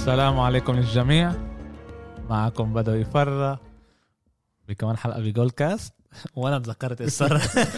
السلام عليكم للجميع. معكم بدوي يفرى بكمان حلقة بجول كاست. وانا تذكرت السر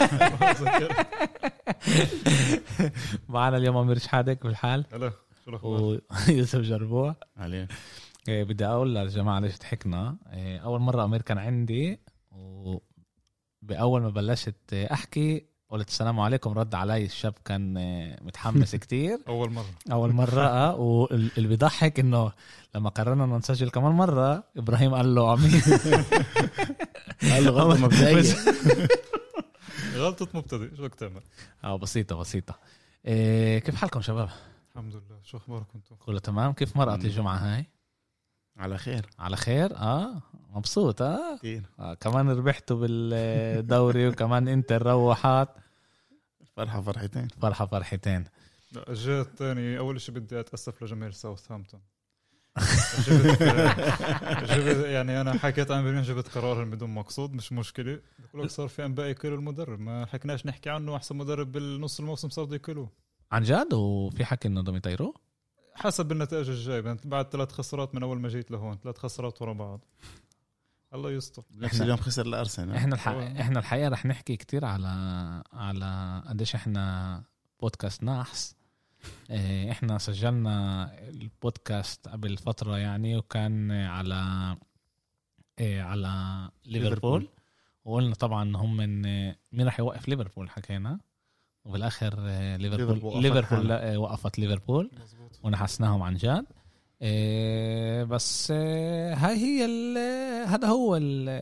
معنا اليوم أمير شحادك بالحال. هلا شو الاخبار؟ ويوسف جربوع عليه. بدي اقول للجماعة ليش ضحكنا. اول مرة أمير كان عندي، وبأول ما بلشت احكي قلت السلام عليكم، رد علي الشاب كان متحمس كتير. اول مرة واللي بيضحك انه لما قررنا نسجل كمان مرة ابراهيم قال له عمي قال له غلطة مبدئية. غلطة مبتدئ شو تعمل؟ بسيطة. كيف حالكم شباب؟ الحمد لله. شو اخباركم انتم؟ كله تمام. كيف مرقت الجمعة هاي؟ على خير. مبسوط. كتير. كمان ربحتوا بالدوري وكمان انت روحات. فرحتين. الجهة الثاني اول شيء بدي اتاسف لجماهير ساوثهامبتون. جبت يعني انا حكيت عن جبت قرار بدون مقصود، مش مشكله. بقولك صار في انباء يكلوا المدرب، ما حكناش نحكي عنه احسن مدرب بالنص الموسم، صار يكلوه عن جد. وفي حكي انه بدهم يطيروه حسب النتائج الجاي بعد 3 خسارات من اول ما جيت لهون، 3 خسارات ورا بعض. الله يستر. نفس اليوم خسر الارسنال. احنا الحقيقه رح نحكي كتير على قديش احنا بودكاست نحس. احنا سجلنا البودكاست قبل فتره يعني، وكان على ليفربول، وقلنا طبعا هم مين رح يوقف ليفربول، حكينا وبالاخر ليفربول وقفت ليفربول ونحسناهم عن جد. بس هاي هي هذا هو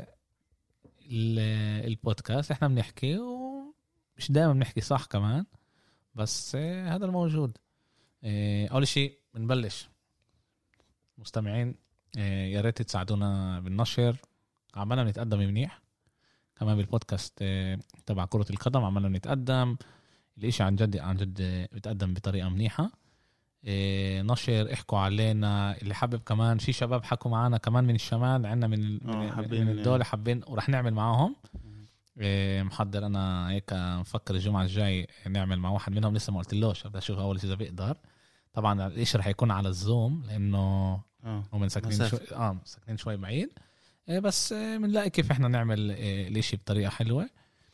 البودكاست. احنا بنحكي ومش دائما بنحكي صح كمان، بس هذا الموجود. اول شيء بنبلش مستمعين، يا ريت تساعدونا بالنشر. عمالنا نتقدم منيح كمان بالبودكاست تبع كرة القدم، عمالنا نتقدم. الاشي عن جد بتقدم بطريقة منيحة. نشر، احكوا علينا. اللي حابب كمان، في شباب حكوا معنا كمان من الشمال، عنا من الدولة حابين ورح نعمل معاهم. محضر انا هيك، مفكر الجمعة الجاي نعمل مع واحد منهم، لسه ما قلتلوش، بدي اشوف اول اذا بيقدر. طبعا الاشي رح يكون على الزوم لانه هم ساكنين شوي بعيد. بس بنلاقي كيف احنا نعمل الاشي بطريقة حلوة.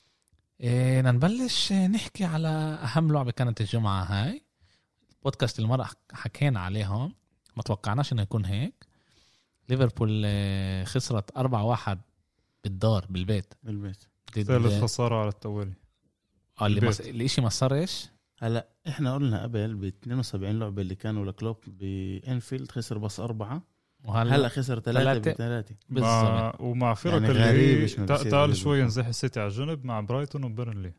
نبلش نحكي على اهم لعبة كانت الجمعة هاي. بودكاست المرة حكينا عليهم، ما توقعناش انه يكون هيك. ليفربول خسرت 4-1 بالدار بالبيت. ثالث خسارة على التوالي. الاشي ما صارش. هلا احنا قلنا قبل ب 72 لعبة اللي كانوا لكلوب بإنفيلد خسر بس 4، وهلا خسر 3 بالضبط. ومع فرق يعني اللي تعال شوي نزح السيتي على الجنب مع برايتون وبيرنلي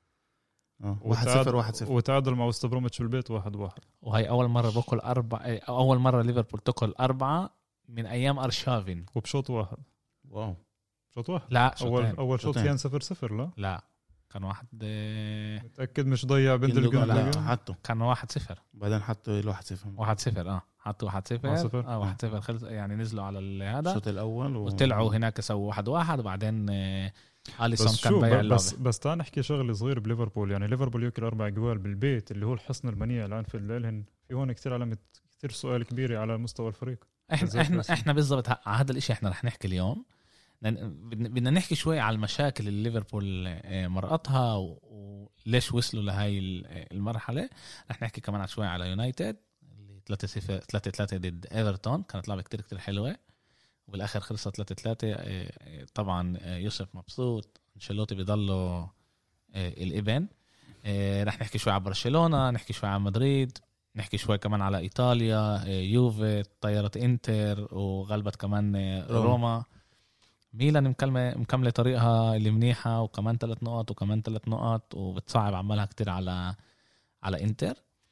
1-0 وتعادل مع وست بروميتش بالبيت 1-1. وهي أول مرة ليفربول تأكل 4 من أيام أرشافين وبشوط واحد. واو، شوط واحد. لا أول شوط كان 0-0. لا كان واحد. متأكد مش ضيع بنت الجندل. حطوا كان 1-0 بعدين حطوا 1-0 حطوا 1-0 خلص يعني. نزلوا على هذا الشوط الأول وطلعوا هناك سووا 1-1 وبعدين أليسون كان بيع اللعبة. بس تعال نحكي شغل صغير بليفربول. يعني ليفربول يأكل 4 جوال بالبيت اللي هو الحصن المنيع الأنفيلد لهم. في هون كتير علامة، كتير سؤال كبير على مستوى الفريق. احنا بالضبط على هذا الاشي احنا رح نحكي اليوم. بدنا نحكي شوي على المشاكل اللي ليفربول مرقتها وليش وصلوا لهاي المرحلة. رح نحكي كمان شوي على يونايتد اللي 3-3 ضد ايفرتون، كانت لعبة كتير كتير حلوة وبالاخر خلصت 3-3. طبعا يوسف مبسوط، انشيلوتي بيضلوا الابن. رح نحكي شوي على برشلونة، نحكي شوي على مدريد، نحكي شوي كمان على ايطاليا، يوفي طيرت انتر وغلبت كمان روما. ميلان مكملة طريقها اللي منيحة، وكمان 3 نقط وكمان 3 نقط، وبتصعب عمالها كتير على انتر.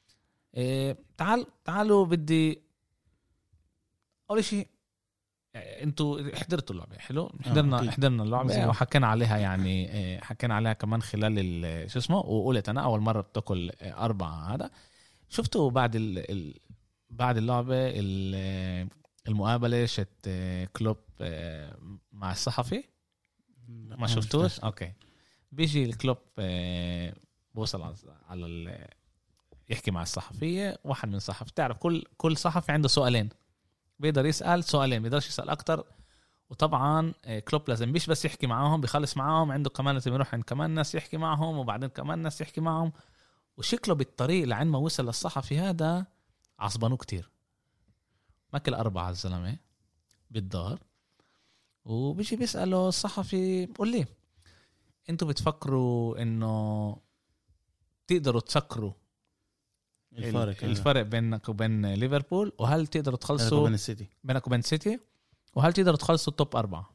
تعالوا بدي أول شيء، انتوا حضرتوا اللعبة حلو. حضرنا اللعبة وحكينا عليها يعني. حكينا عليها كمان خلال شو اسمه. وقلت أنا أول مرة بتاكل 4 هذا. شفتوا بعد اللعبة المقابلة شت كلوب مع الصحفي؟ ما شفتوش؟ اوكي. بيجي الكلوب بوصل على يحكي مع الصحفية. واحد من الصحف، تعرف كل صحفي عنده سؤالين بيقدر يسأل سؤالين، بيقدرش يسأل أكتر. وطبعا كلوب لازم مش بس يحكي معاهم بيخلص معاهم، عنده كمان لازم يروح عند كمان ناس يحكي معهم، وبعدين كمان ناس يحكي معهم. وشكله بالطريق لعند ما وصل للصحفي هذا عصبانه كتير، ماكل 4 الزلمة بالدار. وبيجي بيسأله الصحفي قول لي انتوا بتفكروا انه تقدروا تسكروا الفرق بينك وبين ليفربول، وهل تقدروا تخلصوا بينك وبين سيتي، وهل تقدروا تخلصوا التوب 4؟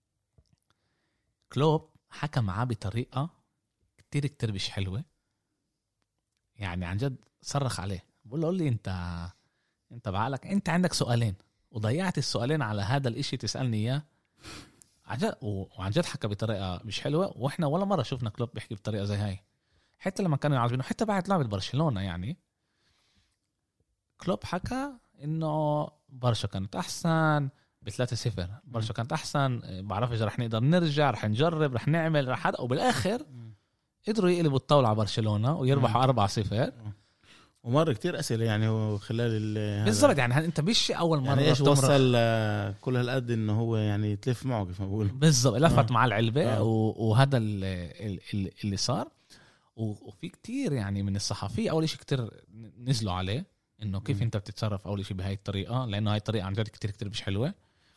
كلوب حكى معاه بطريقة كتير مش حلوة، يعني عن جد صرخ عليه، بقول له قول لي انت بعقلك انت عندك سؤالين وضيعت السؤالين على هذا الاشي تسألني اياه. وعن جد حكى بطريقة مش حلوة، واحنا ولا مرة شفنا كلوب بيحكي بطريقة زي هاي، حتى لما كانوا يعجبينه، حتى بعد لعبة برشلونة. يعني كلوب حكى انه برشا كانت احسن ب3-0، برشا كانت احسن، بعرف اذا رح نقدر نرجع، رح نجرب، رح نعمل، رح هذا. وبالاخر قدروا يقلبوا الطاولة على برشلونة ويربحوا 4-0. ومر كتير أسئلة يعني خلال بالضبط. يعني انت مش اول مرة يعني ايش وصل كل هالقد انه هو يعني تلف معه كيف ما بقول بالضبط، لفت مع العلبة. وهذا اللي صار. وفي كتير يعني من الصحفية اول شيء كتير نزلوا عليه انه كيف انت بتتصرف اول شيء بهاي الطريقة، لانه هاي الطريقة عن جد كتير مش حلوة.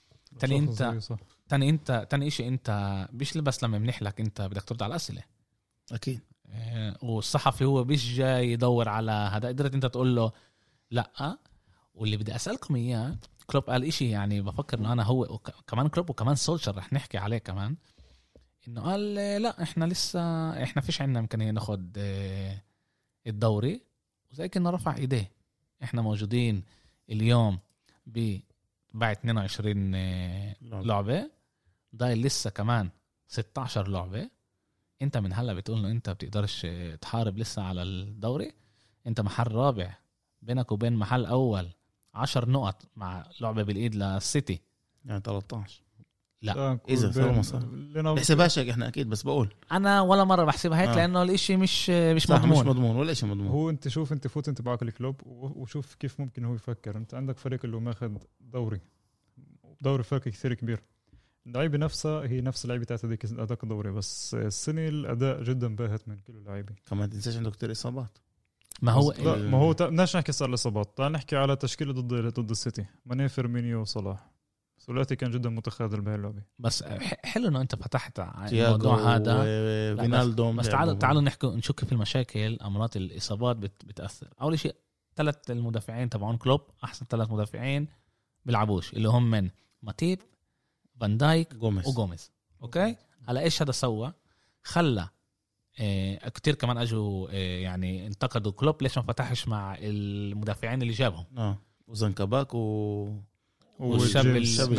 تاني شيء انت مش بس لما منحلك انت بدك ترد على الأسئلة اكيد. والصحفي هو مش جاي يدور على هذا، قدرت انت تقول له لا. واللي بدي اسالكم اياه، كلوب قال اشي يعني بفكر انه انا هو كمان كلوب وكمان سولشر رح نحكي عليه كمان، انه قال لا احنا لسه احنا فيش عندنا امكانيه ناخد الدوري، وزي كنا رفع ايديه. احنا موجودين اليوم بعد 22 لعبه، ضايل لسه كمان 16 لعبه. انت من هلا بتقول انه انت بتقدرش تحارب لسه على الدوري، انت محل رابع، بينك وبين محل اول 10 نقط مع لعبة بالايد للسيتي، يعني 13. لا اذا بحسبهاش احنا اكيد، بس بقول انا ولا مرة بحسبها هيك لانه الاشي مش مضمون ولا شيء مضمون. هو انت شوف، انت فوت انت بعقل الكلوب وشوف كيف ممكن هو يفكر. انت عندك فريق اللي ماخذ دوري فرق كثير كبير، اللعيبه نفسها هي نفس اللعيبه تاعت هذاك الدوري، بس السنه الاداء جدا باهت من كل اللعيبه. كمان تنساش عنده كتير اصابات. ما هو بدناش نحكي صار الاصابات، تعال نحكي على تشكيله ضد السيتي. ماني، فيرمينيو وصلاح، ثلاثي كان جدا متخاذل بهاللعبه. بس حلو انه انت فتحت الموضوع هذا فينالدوم. بس تعالوا نحكي نشك في المشاكل. امراض الاصابات بتاثر. اول شيء 3 المدافعين تبعون كلوب احسن 3 مدافعين بيلعبوش، اللي هم من ماتيب، فان دايك وغوميز. اوكي، على ايش هذا سوى؟ خلى كتير كمان اجوا يعني انتقدوا كلوب ليش ما فتحش مع المدافعين اللي جابهم وزنكباك والشاب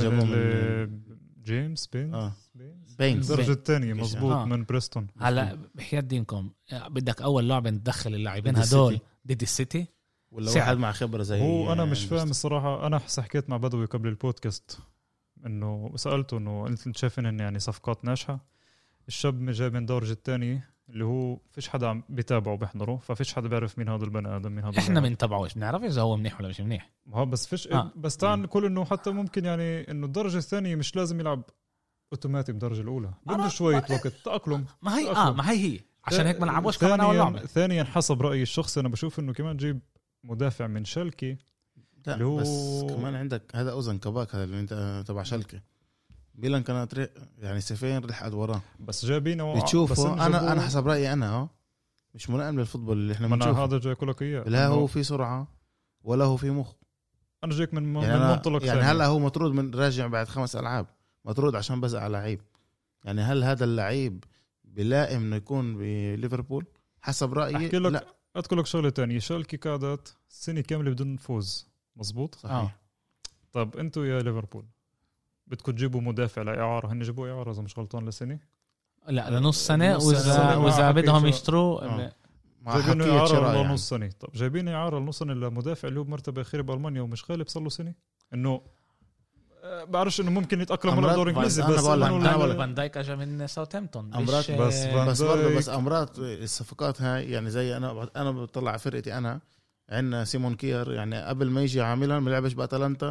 جيمس بينز الدرجة الثانية مزبوط من بريستون. هلا بحياة دينكم بدك أول لعبة ندخل اللاعبين هدول ضد السيتي ولا واحد مع خبرة زي هو؟ أنا مش فاهم الصراحة. أنا حكيت مع بدوي قبل البودكاست إنه سألته إنه أنت شايفين إن يعني صفقات ناجحة؟ الشاب جاي من الدرجة الثانية اللي هو فيش حدا عم بيتابعه بيحضره، ففيش حدا بيعرف مين هذا البني آدم، مين هذا احنا بنتابعوش، بنعرف اذا هو منيح ولا مش منيح. ما بس فيش بس تعال نقول انه حتى ممكن يعني انه الدرجة الثانية مش لازم يلعب اوتوماتيك بالدرجة الاولى، بده شوية وقت تأقلم. ما هي عشان هيك ما لعبوش كمان اول لعبة. ثانيا حسب رأيي الشخصي انا بشوف انه كمان جيب مدافع من شلكي اللي هو بس كمان عندك هذا اوزن كباك، هذا اللي انت تبع شلكي ميلان كانت يعني سيفين رحت وراه، بس جايبينه بتشوفه. انا حسب رايي انا مش ملائم للفوتبول اللي احنا بنشوفه. هذا جاي لك اياه، لا هو في سرعه ولا هو في مخ. انا جايك من يعني منطلق يعني هلا هو مطرود من راجع بعد 5 ألعاب، مطرود عشان بزق على لعيب. يعني هل هذا اللعيب بلائم انه يكون بليفربول؟ حسب رايي احكي لك لا. اذكر لك شغله ثانيه، شالكي كادت سنه كامله بدون فوز، مزبوط صحيح. طب انتوا يا ليفربول بدكم تجيبوا مدافع لإعارة، هن جيبوا إعارة إذا مش غلطان لسنة، لا لنص سنة، وإذا بدهم يشتروا جايبين إعارة لنص سنة. طب جايبين إعارة لنص سنة لمدافع اللي هو بمرتبة أخيرة بألمانيا ومش غالب صار له سنة، إنه بعرفش إنه ممكن يتأقلم على الدوري الإنجليزي. بس أنا فان دايك أجا من ساوثهامبتون بس أمرات الصفقات هاي يعني زي أنا بطلع فرقتي، أنا عندنا سيمون كير يعني قبل ما يجي عاملا ما لعبش بأتلانتا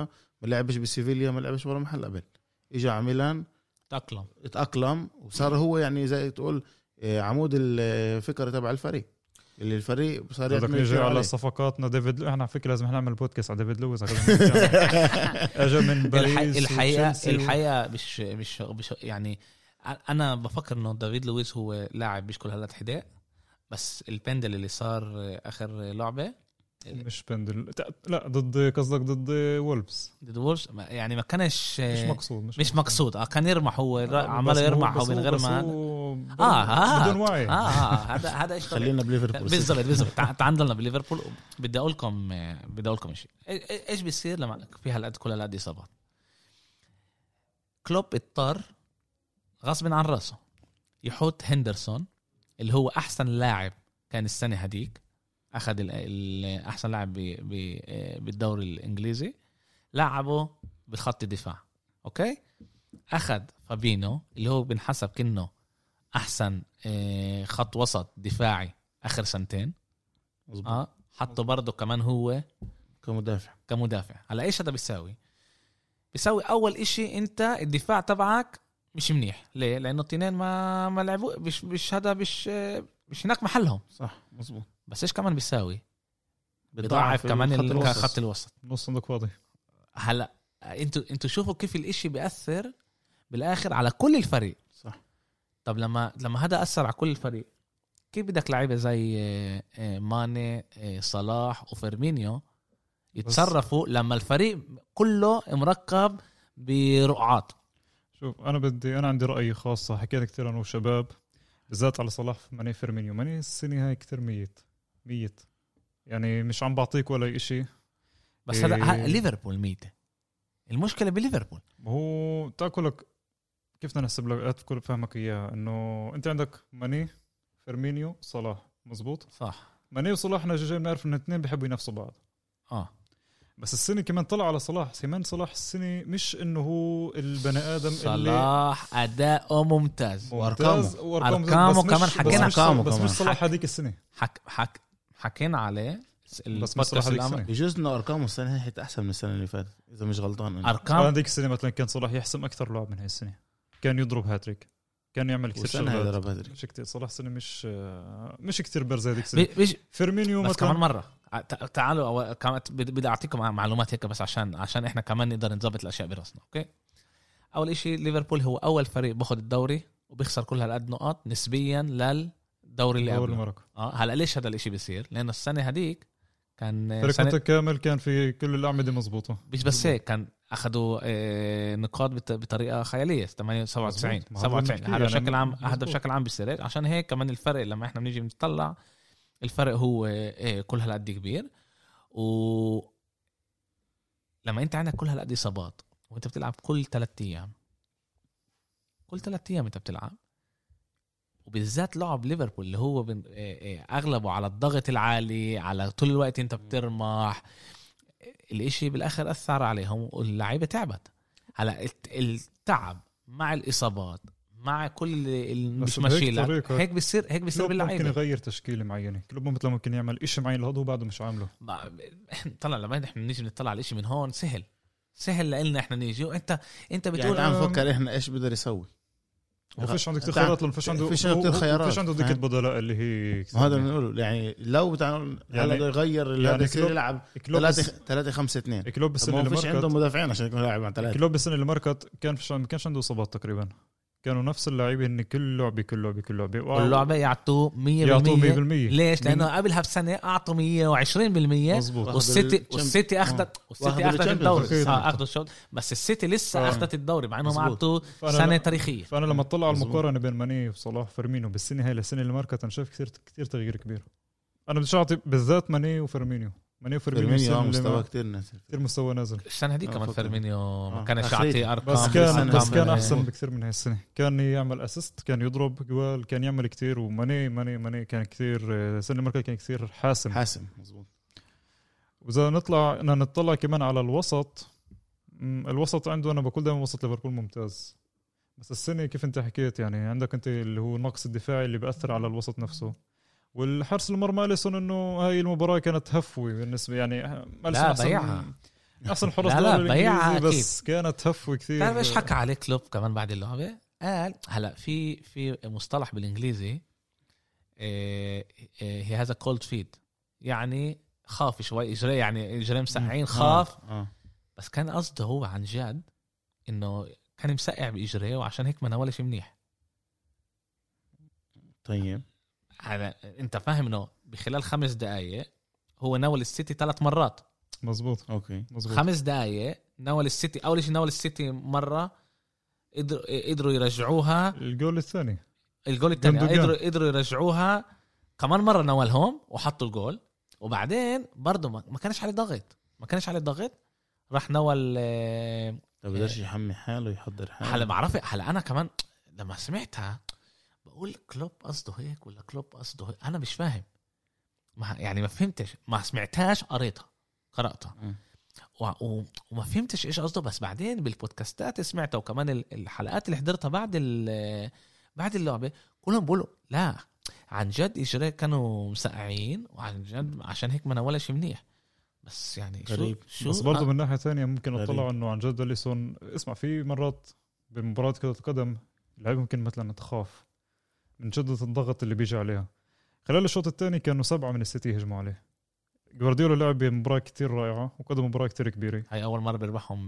ما لعبش بسيفيليا، ما لعبش ولا محل قبل، اجى على ميلان اتأقلم وصار هو يعني زي تقول عمود الفكرة تبع الفريق، اللي الفريق صار يجي على صفقاتنا ديفيد احنا على فكره لازم نعمل بودكاست على ديفيد لويس اجى من باريس. الحقيقه مش يعني انا بفكر انه ديفيد لويس هو لاعب مش كل هالقد حداء، بس البندل اللي صار اخر لعبه مش بندل، لا ضد قصدك ضد وولفز يعني ما كانش مش مقصود كان يرمح هو عمال يرمح ومن غير ما بدون وعي. هذا ايش خلينا بليفربول بالضبط تعال بليفربول. بدي اقول لكم شيء ايش بيصير لما في هالقد كل هالقد اصابات. كلوب اضطر غصب عن راسه يحط هندرسون اللي هو احسن لاعب كان السنه هديك، اخذ احسن لاعب بالدوري الانجليزي، لعبه بالخط الدفاع. اوكي، اخذ فابينو اللي هو بنحسب كأنه احسن خط وسط دفاعي اخر سنتين. حطه برضه كمان هو كمدافع. على ايش هذا بيساوي اول اشي انت الدفاع تبعك مش منيح. ليه؟ لانه التنين ما لعبوا مش هذا مش هناك محلهم. صح مظبوط. بس ايش كمان بيساوي؟ بيضاعف كمان خط الوسط، نص صندوق فاضي. هلا انتوا شوفوا كيف الاشي بيأثر بالاخر على كل الفريق. صح. طب لما هذا أثر على كل الفريق، كيف بدك لعيبه زي ماني صلاح وفيرمينيو يتصرفوا لما الفريق كله مركب برقعات؟ شوف انا عندي رأي خاص، حكينا كثير انا وشباب بالذات على صلاح. ماني فيرمينيو ماني السنة هاي كتير ميت يعني مش عم بعطيك ولا إشي. بس هذا ليفربول ميت، المشكلة بليفربول. هو تاكلك كيف بدنا نحسب لك أذكر فهمك إياه إنه أنت عندك ماني فيرمينيو صلاح مزبوط صح. ماني وصلاح احنا جاي بنعرف إن الاثنين بيحبوا ينافسوا بعض. بس السنة كمان طلع على صلاح. كمان صلاح السنة مش إنه هو البني آدم صلاح اللي أداؤه ممتاز وأرقامه كمان حكينا بس مش صلاح هذيك السنة حكينا عليه. بس مش صلاح هذيك السنة. يجوز إنه أرقامه السنة هي أحسن من السنة اللي فاتت إذا مش غلطان. أرقام هذيك السنة مثلا كان صلاح يحسم أكثر لعب من هاي السنة، كان يضرب هاتريك، كان يعمل كثير شغلات. مش كتير صلاح سنة مش كتير برز هذيك السنة. فيرمينيو بس كمان مرة تعالوا بدي أعطيكم معلومات هيك بس عشان إحنا كمان نقدر نضبط الأشياء براسنا. أوكي، أول إشي ليفربول هو أول فريق بأخذ الدوري وبيخسر كل هالقد نقاط نسبيا للدوري اللي قبله. هلا ليش هذا الإشي بيصير؟ لأنه السنة هديك كان فريق متكامل، كان في كل الأعمدة مزبوطة. مش بس هيك، كان أخذوا نقاط بطريقة خيالية 97 هذا بشكل عام. هذا بشكل عام بيصير. عشان هيك كمان الفرق لما إحنا بنيجي بنطلع الفرق هو كل هالقد كبير. ولما انت عندك كل هالقد اصابات وانت بتلعب كل 3 ايام انت بتلعب، وبالذات لعب ليفربول اللي هو اغلبه على الضغط العالي، على طول الوقت انت بترمح، الاشي بالاخر اثر عليهم واللعيبه تعبت. هلا التعب مع الاصابات مع كل مش ماشي هيك بيصير باللعيبه. ممكن يغير تشكيله معينه، كلوب مثلا ممكن يعمل إشي معين لهذا وبعده مش عامله. طلع لما احنا نيجي نطلع على الإشي من هون سهل لنا احنا نيجي، وانت بتقول يعني عم فكر احنا ايش بقدر يسوي. وفيش عنده كتير خيارات، لأنه فيش عنده ديك البدلاء اللي هي هذا بنقوله. يعني لو بتعمل يعني يغير اللي يصير يلعب 3-5-2 كلوب السنه اللي ماركت عنده مدافعين عشان يكون لاعب مع 3. كلوب السنه اللي ماركت ما كانش عنده اصابات تقريبا، كانوا نفس اللاعبين ان كل لعبه يعطوا 100%. ليش؟ لانه قبلها بسنه اعطوا 120%. والسيتي اخذت الدوري، اخذوا الشوط. بس السيتي لسه اخذت الدوري مع انهم اعطوا سنه تاريخيه. فانا لما اطلع على المقارنه بين ماني وصلاح فيرمينيو بالسنه هاي للسنه اللي ماركت، انا شايف كثير تغيير كبير. انا بدي اعطي بالذات ماني وفيرمينيو مستوى كتير مستوى نازل. السنة دي كمان فيرمينيو ما كانش يعطي أرقام، بس كان أحسن بكثير من هاي السنة. كان يعمل أسيست، كان يضرب جوال، كان يعمل كتير. وماني كان كتير سنة المركز كان كتير حاسم مزبوط. وإذا نطلع كمان على الوسط عنده، أنا بقول دائما وسط ليفربول ممتاز. بس السنة كيف أنت حكيت، يعني عندك أنت اللي هو النقص الدفاعي اللي بأثر على الوسط نفسه. والحرس المرمى أليسون إنه هاي المباراة كانت هفوي بالنسبة، يعني لا ضيعها. احسن حراس لا لا الدوري بيعها الانجليزي، أكيد. بس كانت هفوه كثير. تعرف ايش حكى عليه كلوب كمان بعد اللعبه؟ قال هلا في مصطلح بالانجليزي هي هذا كولد فيد، يعني خاف شوي اجري، يعني اجري مسقعين خاف. بس كان قصده هو عن جد انه كان مسقع باجريه وعشان هيك ما ناولش منيح. طيب هذا انت فاهم انه بخلال 5 دقائق هو ناول السيتي 3 مرات. مزبوط. اوكي مزبوط. 5 دقائق ناول السيتي. اول شيء ناول السيتي مره قدروا يرجعوها. الجول الثاني قدروا يرجعوها كمان مره ناولهم وحطوا الجول. وبعدين برضه ما كانش عليه ضغط راح ناول. طب بدرش يحمي حاله يحضر حاله. هلا بعرف. هلا انا كمان لما سمعتها بقول كلوب قصده هيك ولا كلوب قصده هيك. انا مش فاهم يعني ما فهمتش، ما سمعتهاش، قرأتها وما فهمتش ايش قصده. بس بعدين بالبودكاستات سمعتها وكمان الحلقات اللي حضرتها بعد اللعبة كلهم بيقولوا لا عن جد اجري كانوا مسقعين وعن جد عشان هيك ما ناولش منيح. بس يعني غريب. شو بس برضه من ناحية تانية ممكن غريب. نطلع انه عن جد أليسون. اسمع، في مرات بمباراة كرة القدم اللعيبة ممكن مثلا تخاف من شدة الضغط اللي بيجي عليها. خلال الشوط الثاني كانوا 7 من السيتي يهجموا عليه. جوارديولا لعب بمباراة كتير رائعة وقدم مباراة كتير كبيرة. هاي اول مرة بيربحهم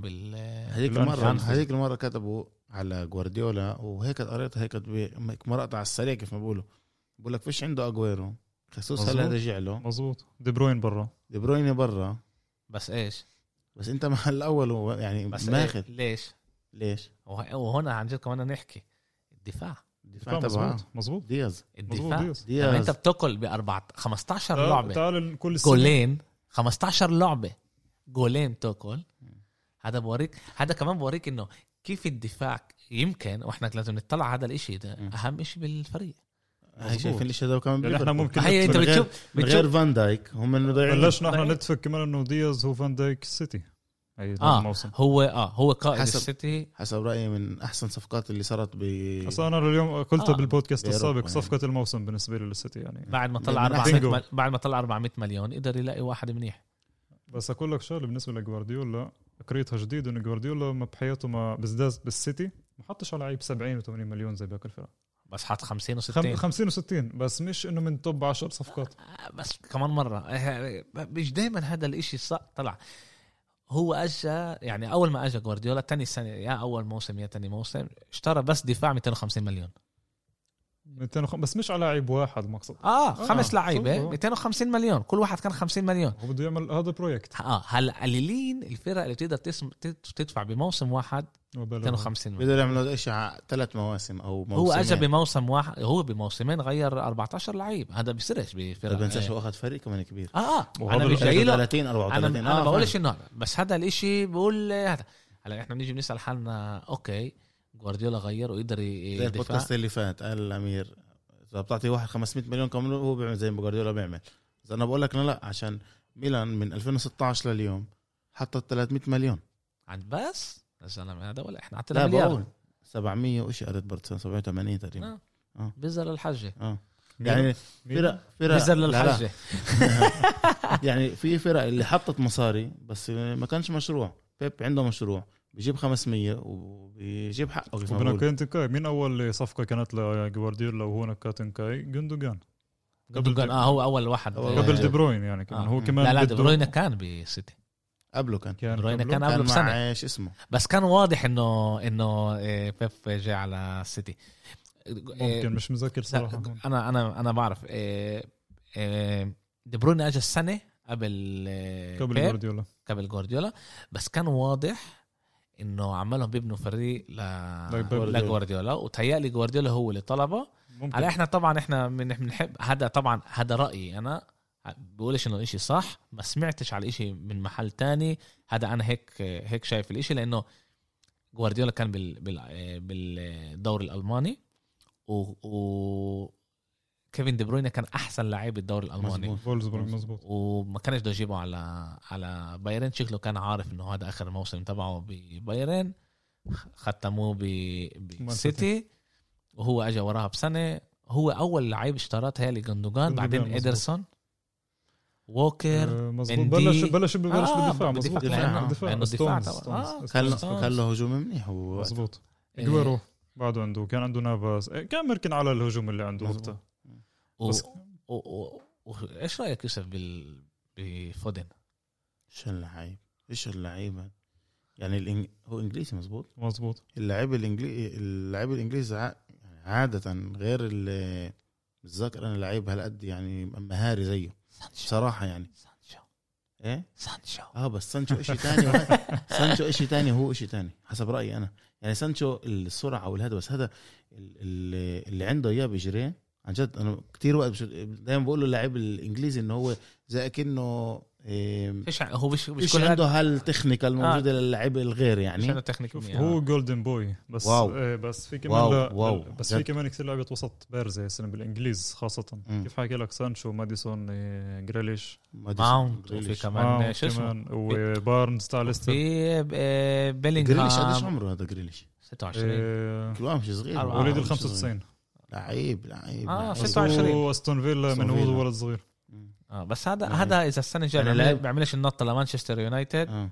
هذيك المرة كتبوا على جوارديولا وهيك قريتها هيك مرقت على السريع كيف ما بقول لك فيش عنده أجويرو خصوصا هلا رجع له. مظبوط. دي بروين برا. بس ايش بس انت مع الاول يعني ماخذ ليش وهنا عن جد كمان نحكي الدفاع مظبوط. دياز الدفاع. انت بتاكل ب15 لعبه تعال كل جولين 15 لعبه جولين تاكل. هذا بوريك، هذا كمان بوريك انه كيف الدفاع يمكن. واحنا لازم نطلع هذا الاشي ده اهم اشي بالفريق. شايفين الاشي ده كمان يعني احنا ممكن انت بتشوف غير فان دايك هم انه بلشنا احنا نتفق كمان انه دياز هو فان دايك السيتي الموسم. هو قائد السيتي حسب رايي من احسن صفقات اللي صارت اصلا انا اليوم قلتها بالبودكاست السابق يعني. صفقه الموسم بالنسبه لي للسيتي يعني بعد ما طلع 400 مليون قدر يلاقي واحد منيح. بس اقول لك شغله بالنسبه لجوارديولا قريتها جديد انه جوارديولا ما بحياته ما بزداد بالسيتي ما حطش على لعيب 70 و80 مليون زي باقي الفرق، بس حط 50 و60 بس مش انه من توب 10 صفقات. بس كمان مره مش دائما هذا الاشي طلع. هو اجى يعني اول ما اجى جوارديولا تاني سنه يا اول موسم يا تاني موسم اشترى بس دفاع 250 مليون بس مش على لاعب واحد مقصد 5 لعيبه 250 مليون كل واحد كان 50 مليون. هو بده يعمل هذا بروجكت. هلا قليلين الفرق اللي بتقدر تدفع بموسم واحد 250 مليون. بده يعمل هذا الشيء على 3 مواسم او موسمين. هو اجى بموسم واحد، هو بموسمين غير 14 لعيب. هذا بيصيرش بفرق. ما بنساش هو اخذ فريق كمان كبير. انا مش جاي له 30 34. انا بقولش انه بس هذا الاشي بقول هذا. هلا احنا بنيجي بنسال حالنا اوكي جوارديولا غير ويقدر يدفع. البودكاست اللي فات قال الامير اذا بتعطي واحد 500 مليون كمان هو بيعمل زي ما جوارديولا بيعمل. بس انا بقول لك لا عشان ميلان من 2016 لليوم حطت 300 مليون عند بس الزلمه هذا ولا احنا عطينا مليار 700 وشي قريت برضه 780 تقريبا. بزر الحجه يعني فرق بزر للحجه يعني في فرق اللي حطت مصاري بس ما كانش مشروع. بيب عنده مشروع بيجيب 500 وبيجيب حقه. كاي مين اول صفقه كانت لجوارديولا وهو نكاتن كاي جوندوجان هو اول واحد قبل دي بروين يعني كمان هو كمان لا دي بروين كان بسيتي قبله كان قبله بسنه ايش اسمه بس كان واضح انه بيب جاي على السيتي. ممكن مش مذكر صراحه. انا بعرف دي بروين اجى السنه قبل جوارديولا بس كان واضح انه عمالهم بيبنوا فريق لجوارديولا وتهيألي جوارديولا هو اللي طلبه. على احنا طبعا احنا بنحب هذا. طبعا هذا رأيي انا بقولش انه الاشي صح ما سمعتش على الاشي من محل تاني. هذا انا هيك شايف الاشي لانه جوارديولا كان بالدور الالماني كيفن دي بروين كان احسن لاعب بالدوري الالماني مزبوط. وما كانش بده يجيبه على بايرن. شكله كان عارف انه هذا اخر موسم تبعه ببايرن ختموه بسيتي وهو اجى وراها بسنه. هو اول لعيب اشتراه هي جوندوجان بعدين إدرسون ووكر مظبوط. مندي. بلش بالدفاع. مظبوط. لأنه الدفاع كان له هجوم منيح مظبوط. إجويرو بعده عنده، كان عنده نافاس، كان مركن على الهجوم اللي عنده وقتها. ايش رايك يوسف بفودن؟ ايش اللعيب يعني هو انجليزي مظبوط. اللاعب الانجليزي عاده غير اللي بتذكر انا لعيب هالقد يعني مهاري زيه صراحه يعني سانشو بس سانشو إشي تاني سانشو إشي تاني، هو إشي تاني حسب رأيي أنا. يعني سانشو السرعة والهذا، بس هذا اللي عنده إياه بيجريه عن جد. أنا كتير وقت دايما بقول له اللاعب الإنجليزي إنه هو زي كأنه هو مش عنده هالتكنيكال الموجودة للاعب الغير يعني. هو جولدن بوي بس. بس في كمان بس في كمان كثير لعيبة وسط بارزة السنة بالإنجليز خاصة. كيف حكي لك سانشو، ماديسون، جريليش، ماونت، وفي كمان شو اسمه وبارنز تاع ليستر، في بيلينغهام. جريليش قديش عمره هذا جريليش؟ 26 كلام مش صغير، وليد ال 95. لعيب 26 واستون فيلا من هو ولد صغير. بس هذا اذا السنه الجايه يعني بيعملش النطه لمانشستر يونايتد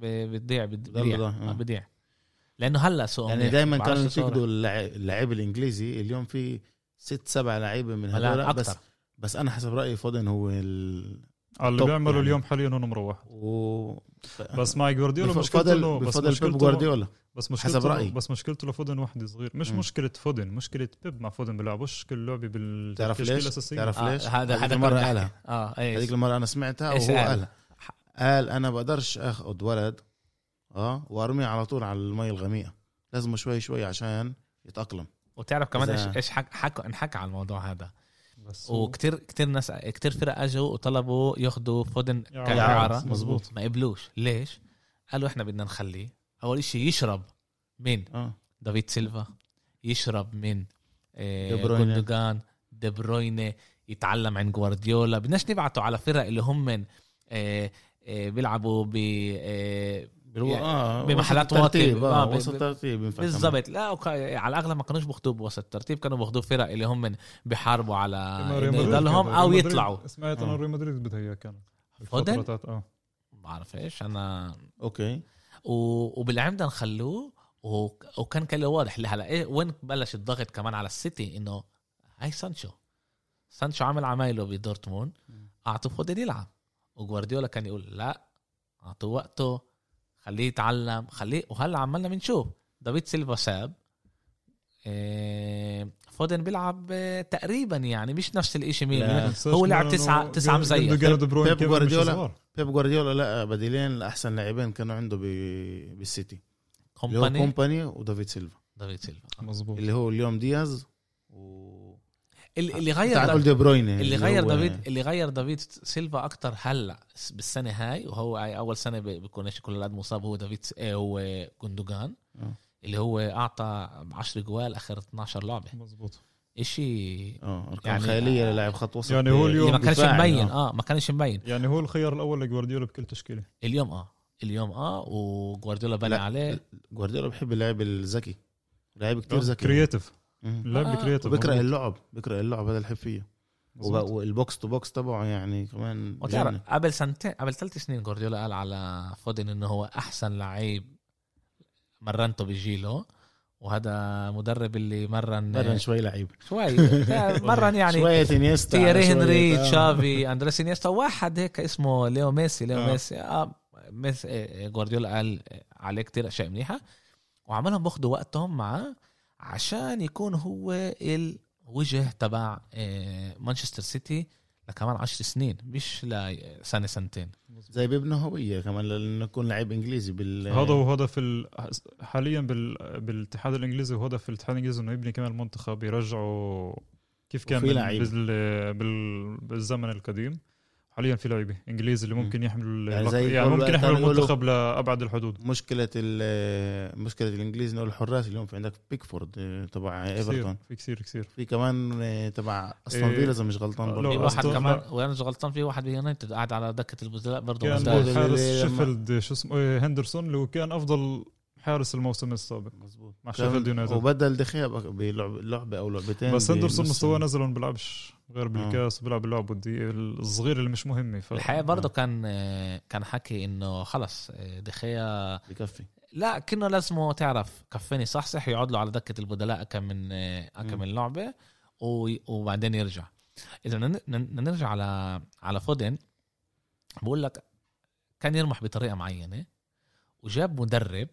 بيضيع لانه هلا سوق يعني دائما كانوا ينتقدوا اللاعب الانجليزي. اليوم في 6-7 لعيبه من هذول بس انا حسب رايي فودن هو اللي بيعملوا يعني. اليوم حاليا هو نمره 1 بس مع جوارديولا مشكلته بفضل جوارديولا بس حسب رأيي. بس مشكلته لفودن واحد صغير، مش مشكلة فودن، مشكلة بيب مع فودن بيلعبوش كل لعبة بالتشكيلة الأساسية. تعرف ليش؟ هذا مرة قالها. هذيك المرة أنا سمعتها وهو قال أنا بقدرش أخذ ولد وأرميه على طول على المي الغميقة، لازم شوي عشان يتأقلم. وتعرف كمان إيش حكى على الموضوع هذا. وكتير ناس كتير فرق اجوا وطلبوا ياخدوا فودن كإعارة. مظبوط. ما قبلوش. ليش؟ قالوا احنا بدنا نخليه اول شيء يشرب من دافيد سيلفا، يشرب من جوندوغان، دي بروينه، يتعلم عن جوارديولا. بدناش نبعته على فرق اللي هم من بيلعبوا بمحلات ترتيب وسط ترتيب بالضبط. لا على الاغلب ما كانوش بياخذوا بوسط ترتيب، كانوا بياخذوا فرق اللي هم بيحاربوا على يضلهم او يطلعوا. سمعت انا ريال مدريد بدها كان فودن ما بعرف ايش انا اوكي. وبالعمده نخلوه وكان كله واضح هلا وين بلش الضغط كمان على السيتي انه هاي سانشو عمل عمايله بدورتموند، اعطوا فودن يلعب. وجوارديولا كان يقول لا، اعطوا وقته، خليه يتعلم، خليه. وهلا عملنا بنشوف دافيد سيلفا ساب، فودن بيلعب تقريبا يعني مش نفس الاشي. هو لعب 9 مزيف. بيب جوارديولا لا بديلين لأحسن لاعبين كانوا عنده بالسيتي، كومباني ودافيد سيلفا. مظبوط. اللي هو اليوم دياز اللي غير دي بروينه، اللي غير دافيد سيلفا اكتر هلا بالسنه هاي. وهو اول سنه بيكونش كل اللاعب مصاب. هو دافيد هو جوندوغان اللي هو اعطى 10 جوال اخر 12 لعبه. مظبوط. إشي يعني خياليه للاعب خط وسط. يعني هو اليوم ما كانش مبين ما كانش مبين. يعني هو الخيار الاول لجوارديولا بكل تشكيله اليوم وجوارديولا بنى عليه. جوارديولا بحب اللاعب الذكي، لاعب كتير ذكي، كرياتيف، لاعب كرياتيف، بكره اللعب هذا الحب فيه. والبوكس تو بوكس تبعه يعني كمان. قبل 3 سنين جوارديولا قال على فودن انه هو احسن لعيب مرنته بجيله. وهذا مدرب اللي مرن شوي لعيب مرن يعني شوية انيستا، تييري هنري، تشافي، اندريس انيستا، واحد هيك اسمه ليو ميسي. جوارديولا قال عليه كتير اشياء منيحة وعملهم باخدوا وقتهم معه عشان يكون هو الوجه تبع مانشستر سيتي لكمان 10 سنين، مش لسنة سنتين. زي بابنه هوية كمان لأنه يكون لاعب إنجليزي هذا في حاليا بالاتحاد الإنجليزي، وهذا في الاتحاد الإنجليزي إنه يبني كمان المنتخب، يرجعوا كيف كان بالزمن القديم. حاليا في لاعبين إنجليزي اللي ممكن يحملوا يعني ممكن يحملوا المنتخب لأبعد الحدود. مشكلة الإنجليزي إنه الحراس اليوم في عندك بيكفورد تبع إيفرتون، في كثير في كمان تبع أستون فيلا إذا مش غلطان برضه في واحد كمان وأنا مش غلطان في واحد بيونايتد قاعد على دكة البدلاء برضه كان حارس شيفيلد شو اسمه هندرسون اللي هو كان أفضل حارس الموسم السابق مزبوط مع شيفيلد يونايتد وبدل دخيا لعبة أو لعبتين بس هندرسون مستواه نزل وما بيلعبش غير بالكاس بيلعب اللعب الصغير اللي مش مهمة الحقيقة برضو كان حكي إنه خلص دخيا بكفي لا كأنه لازمه تعرف كفيني صح يقعد له على دكة البدلاء كم من لعبة وبعدين يرجع. إذا نرجع على فودن بقول لك كان يرمح بطريقة معينة وجاب مدرب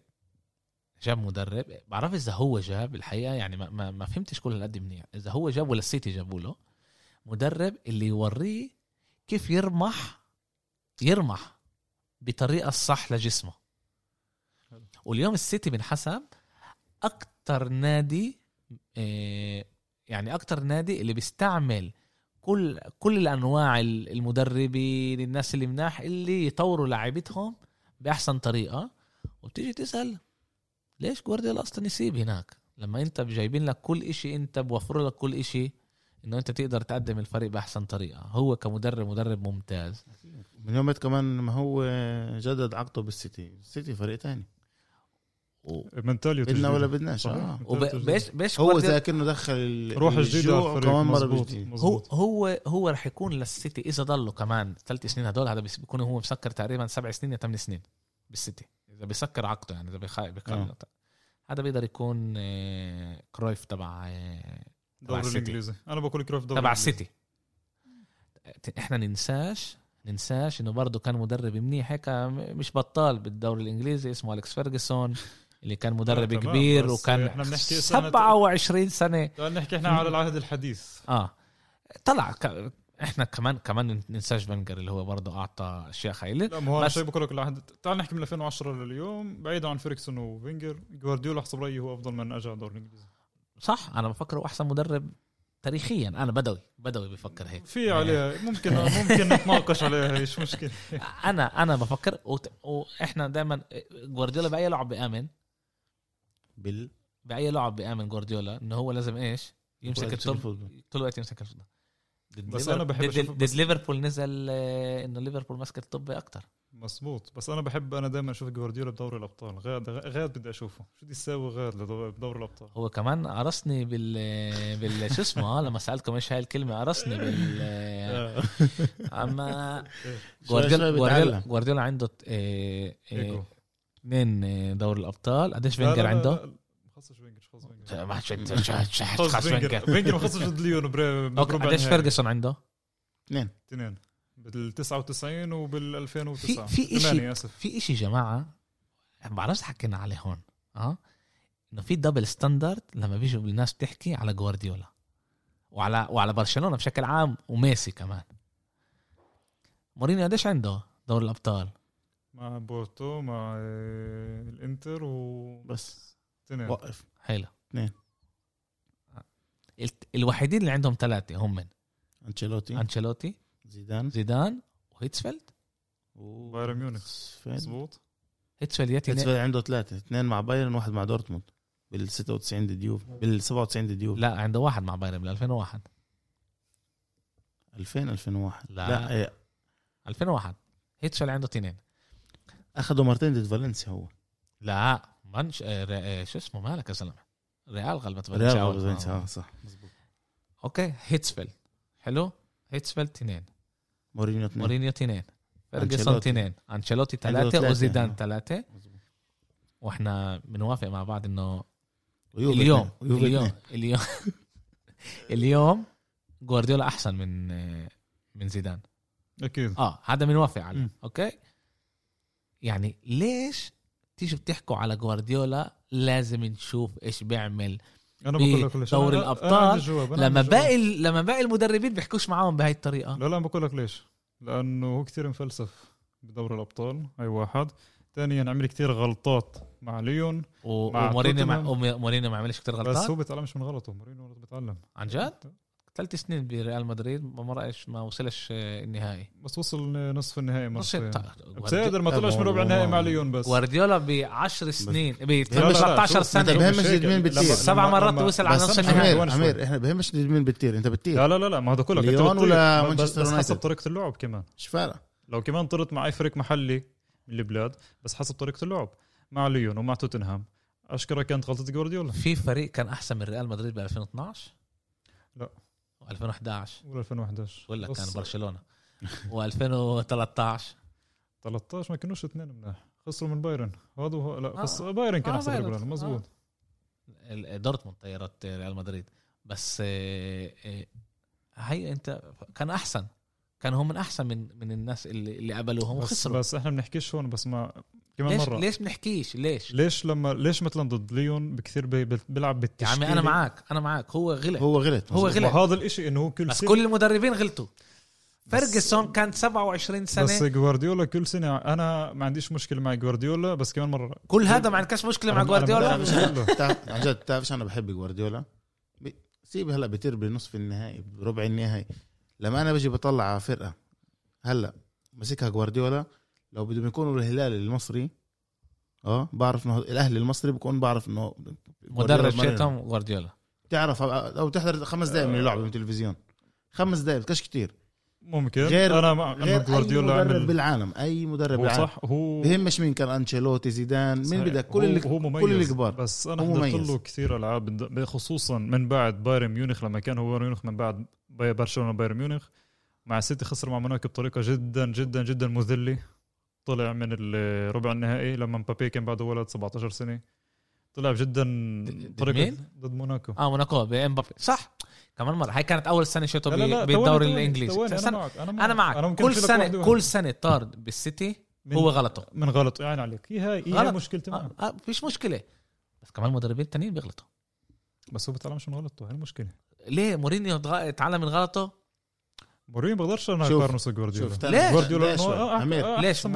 بعرف إذا هو جاب الحقيقة يعني ما فهمتش كل هالقد منيح إذا هو جاب ولا السيتي جابوا له مدرب اللي يوريه كيف يرمح بطريقة الصح لجسمه. واليوم السيتي بنحسب أكتر نادي يعني أكتر نادي اللي بيستعمل كل الأنواع المدربين الناس اللي مناح اللي يطوروا لاعبتهم بأحسن طريقة. وبتيجي تسأل ليش جوارديولا أصلا يسيب هناك لما أنت جايبين لك كل إشي أنت بوفر لك كل إشي إنه أنت تقدر تقدم الفريق بأحسن طريقة. هو مدرب ممتاز من يوم كمان ما هو جدد عقده بالسيتي فريق تاني بدنا ولا بدناش بيش هو زي كأنه دخل روح جديدة كمان مرة هو رح يكون للسيتي إذا ضلوا كمان 3 سنين هدول هذا بيكون هو مسكر تقريبا 7 سنين يا 8 سنين بالسيتي إذا بيسكر عقده يعني إذا بيخلص هذا بيقدر يكون كرويف تبع الدوري الإنجليزي. أنا بقول كرويف تبع السيتي. إحنا ننساش إنه برضو كان مدرب منيح هيك مش بطال بالدوري الإنجليزي اسمه أليكس فيرغسون اللي كان مدرب كبير وكان 27 سنة. نحكي إحنا على العهد الحديث. طلع إحنا كمان ننساش فينجر اللي هو برضو أعطى أشياء خيالية. لا ما هو شيء بقول لك العهد تعال نحكي من 2010 لليوم بعيد عن فيرغسون وفينجر جوارديولا حسب رأيي هو أفضل من أجا الدوري الإنجليزي. صح أنا بفكره أحسن مدرب تاريخيا. أنا بدوي بفكر هيك في عليها ممكن نتناقش عليها ايش مشكلة. أنا بفكر وإحنا دائما جوارديولا بأي لعب بيأمن بأي لعب بيأمن جوارديولا إنه هو لازم إيش يمسك الطب طول الوقت يمسك الفوتبول. بس أنا بحب ليفربول نزل إنه ليفربول مسك الطب أكتر مظبوط. بس أنا دائما أشوف جوارديولا بدوري الأبطال غاد بدي أشوفه شو بدي يساوي غاد بدوري الأبطال. هو كمان قرصني بال شو اسمه لما سألتكم إيش هاي الكلمة قرصني أما جوارديولا عنده 2 دوري الأبطال. قديش فينجر عنده؟ فينجر مخصص ضد ليون قديش فيرغسون عنده؟ 2 بال99 وبال2009. في إشي جماعة ما بعرفش حكينا عليه هون إنه في دبل ستاندرد لما بيجوا الناس بتحكي على جوارديولا وعلى برشلونة بشكل عام وميسي كمان. مورينيو قديش عنده دوري الأبطال؟ مع بورتو مع الانتر وبس 2 وقف حلو 2. الوحيدين اللي عندهم 3 هم من أنشيلوتي زيدان وهيتسفيلد وبايرن ميونخ. مظبوط. هيتسفيلد عنده 3 2 مع بايرن 1 مع دورتموند بال96 ضد يوف بال97 ضد يوف. لا عنده 1 مع بايرن بال 2001 2001 لا 2001 هيتسفيلد عنده 2 أخذوا مرتين ضد فالنسيا هو. لا منش شو اسمه مالك يا زلمة ريال غلبت فالنسيا صح مظبوط. اوكي هيتسفيلد حلو. هيتسفيلد 2 مورينيو 2 فيرغسون 2 أنشيلوتي 3 وزيدان 3. واحنا بنوافق مع بعض انه اليوم جوارديولا احسن من زيدان اكيد. هذا بنوافق عليه. اوكي يعني ليش تيجوا بتحكوا على جوارديولا لازم نشوف ايش بيعمل انا بقول لك ليش دوري الابطال لما باقي المدربين بيحكوش معاهم بهاي الطريقه. لا بقول لك ليش لانه هو كتير مفلسف بدوري الابطال. هاي واحد. ثانيا عمل كتير غلطات مع ليون ومورينيو ما عملش كتير غلطات بس هو بيتعلمش من غلطه. مورينيو بيتعلم عن جد 3 سنين بريال مدريد ما وصلش النهائي بس وصل نصف النهائي بسيدر ما طلعش من ربع النهائي مع ليون. بس جوارديولا ب10 سنين ب 13 سنه بهمش مين بتطير 7 مرات وصل على نصف النهائي. عمير احنا بهمش مين بتطير انت بتطير. لا ما هذا كله ليون ولا مانشستر يونايتد حسب طريقه اللعب كمان. ايش فارق لو كمان طرت مع اي فريق محلي من البلاد بس حسب طريقه اللعب. مع ليون ومع توتنهام اشكرا كانت غلطه جوارديولا. في فريق كان احسن من ريال مدريد ب 2012 لا و2011 ولا 2011 ولا كان برشلونه و2013 ما كانوش اثنين مناح خسروا من بايرن هذا لا بايرن كان احسن رجل مزبوط. دورتموند طيرت ريال مدريد بس هي انت كان احسن كان هم من احسن من الناس اللي قبلوهم وخسروا. بس احنا بنحكيش هون بس ما كمان ليش مره ليش بنحكيش ليش مثلا ضد ليون بكثير بيلعب بالتشكيل. يا عمي انا معك هو غلط وهذا الاشي انه هو كل المدربين غلطوا. فيرجسون كان 27 سنه بس جوارديولا كل سنه انا ما عنديش مشكله مع جوارديولا بس كمان مره كل هذا ما عندكش مشكله مع جوارديولا. عن جد تعرف انا بحب جوارديولا سيب هلا بيطير بنصف النهائي بربع النهائي لما انا بجي بطلع على فرقه هلا مسكها جوارديولا لو بدهم يكونوا الهلال المصري بعرف انه الاهلي المصري بكون بعرف انه مدرب شيطان جوارديولا تعرف او تحضر 5 دقائق من اللعبه من التلفزيون 5 دقائق كاش كتير ممكن انا مع جوارديولا أي مدرب بالعالم اي مدرب بالعالم صح هو بهمش مين كان انشيلوتي زيدان مين بدك كل الكبار بس انا حضرت له كثير العاب خصوصا من بعد بايرن ميونخ لما كان هو بايرن ميونخ من بعد برشلونه بايرن ميونخ مع سيتي خسر مع موناكو بطريقه جدا جدا جدا مذله. طلع من الربع النهائي لما مبابي كان بعده ولد 17 سنه طلع جدا طريقه ضد موناكو موناكو بامبابي صح. كمان مره هاي كانت اول سنه شوطه بالدوري الانجليزي. انا معك كل سنه طارد بالسيتي هو غلطه من غلط يعني عليك هي مشكلتي معه فيش مشكله بس كمان المدربين التانيين بيغلطوا بس هو بيتعلمش من غلطه. هي المشكله ليه مورينيو اتعلم من غلطه. مورينيو بقدرش انا اقارنه بجوارديولا. ليش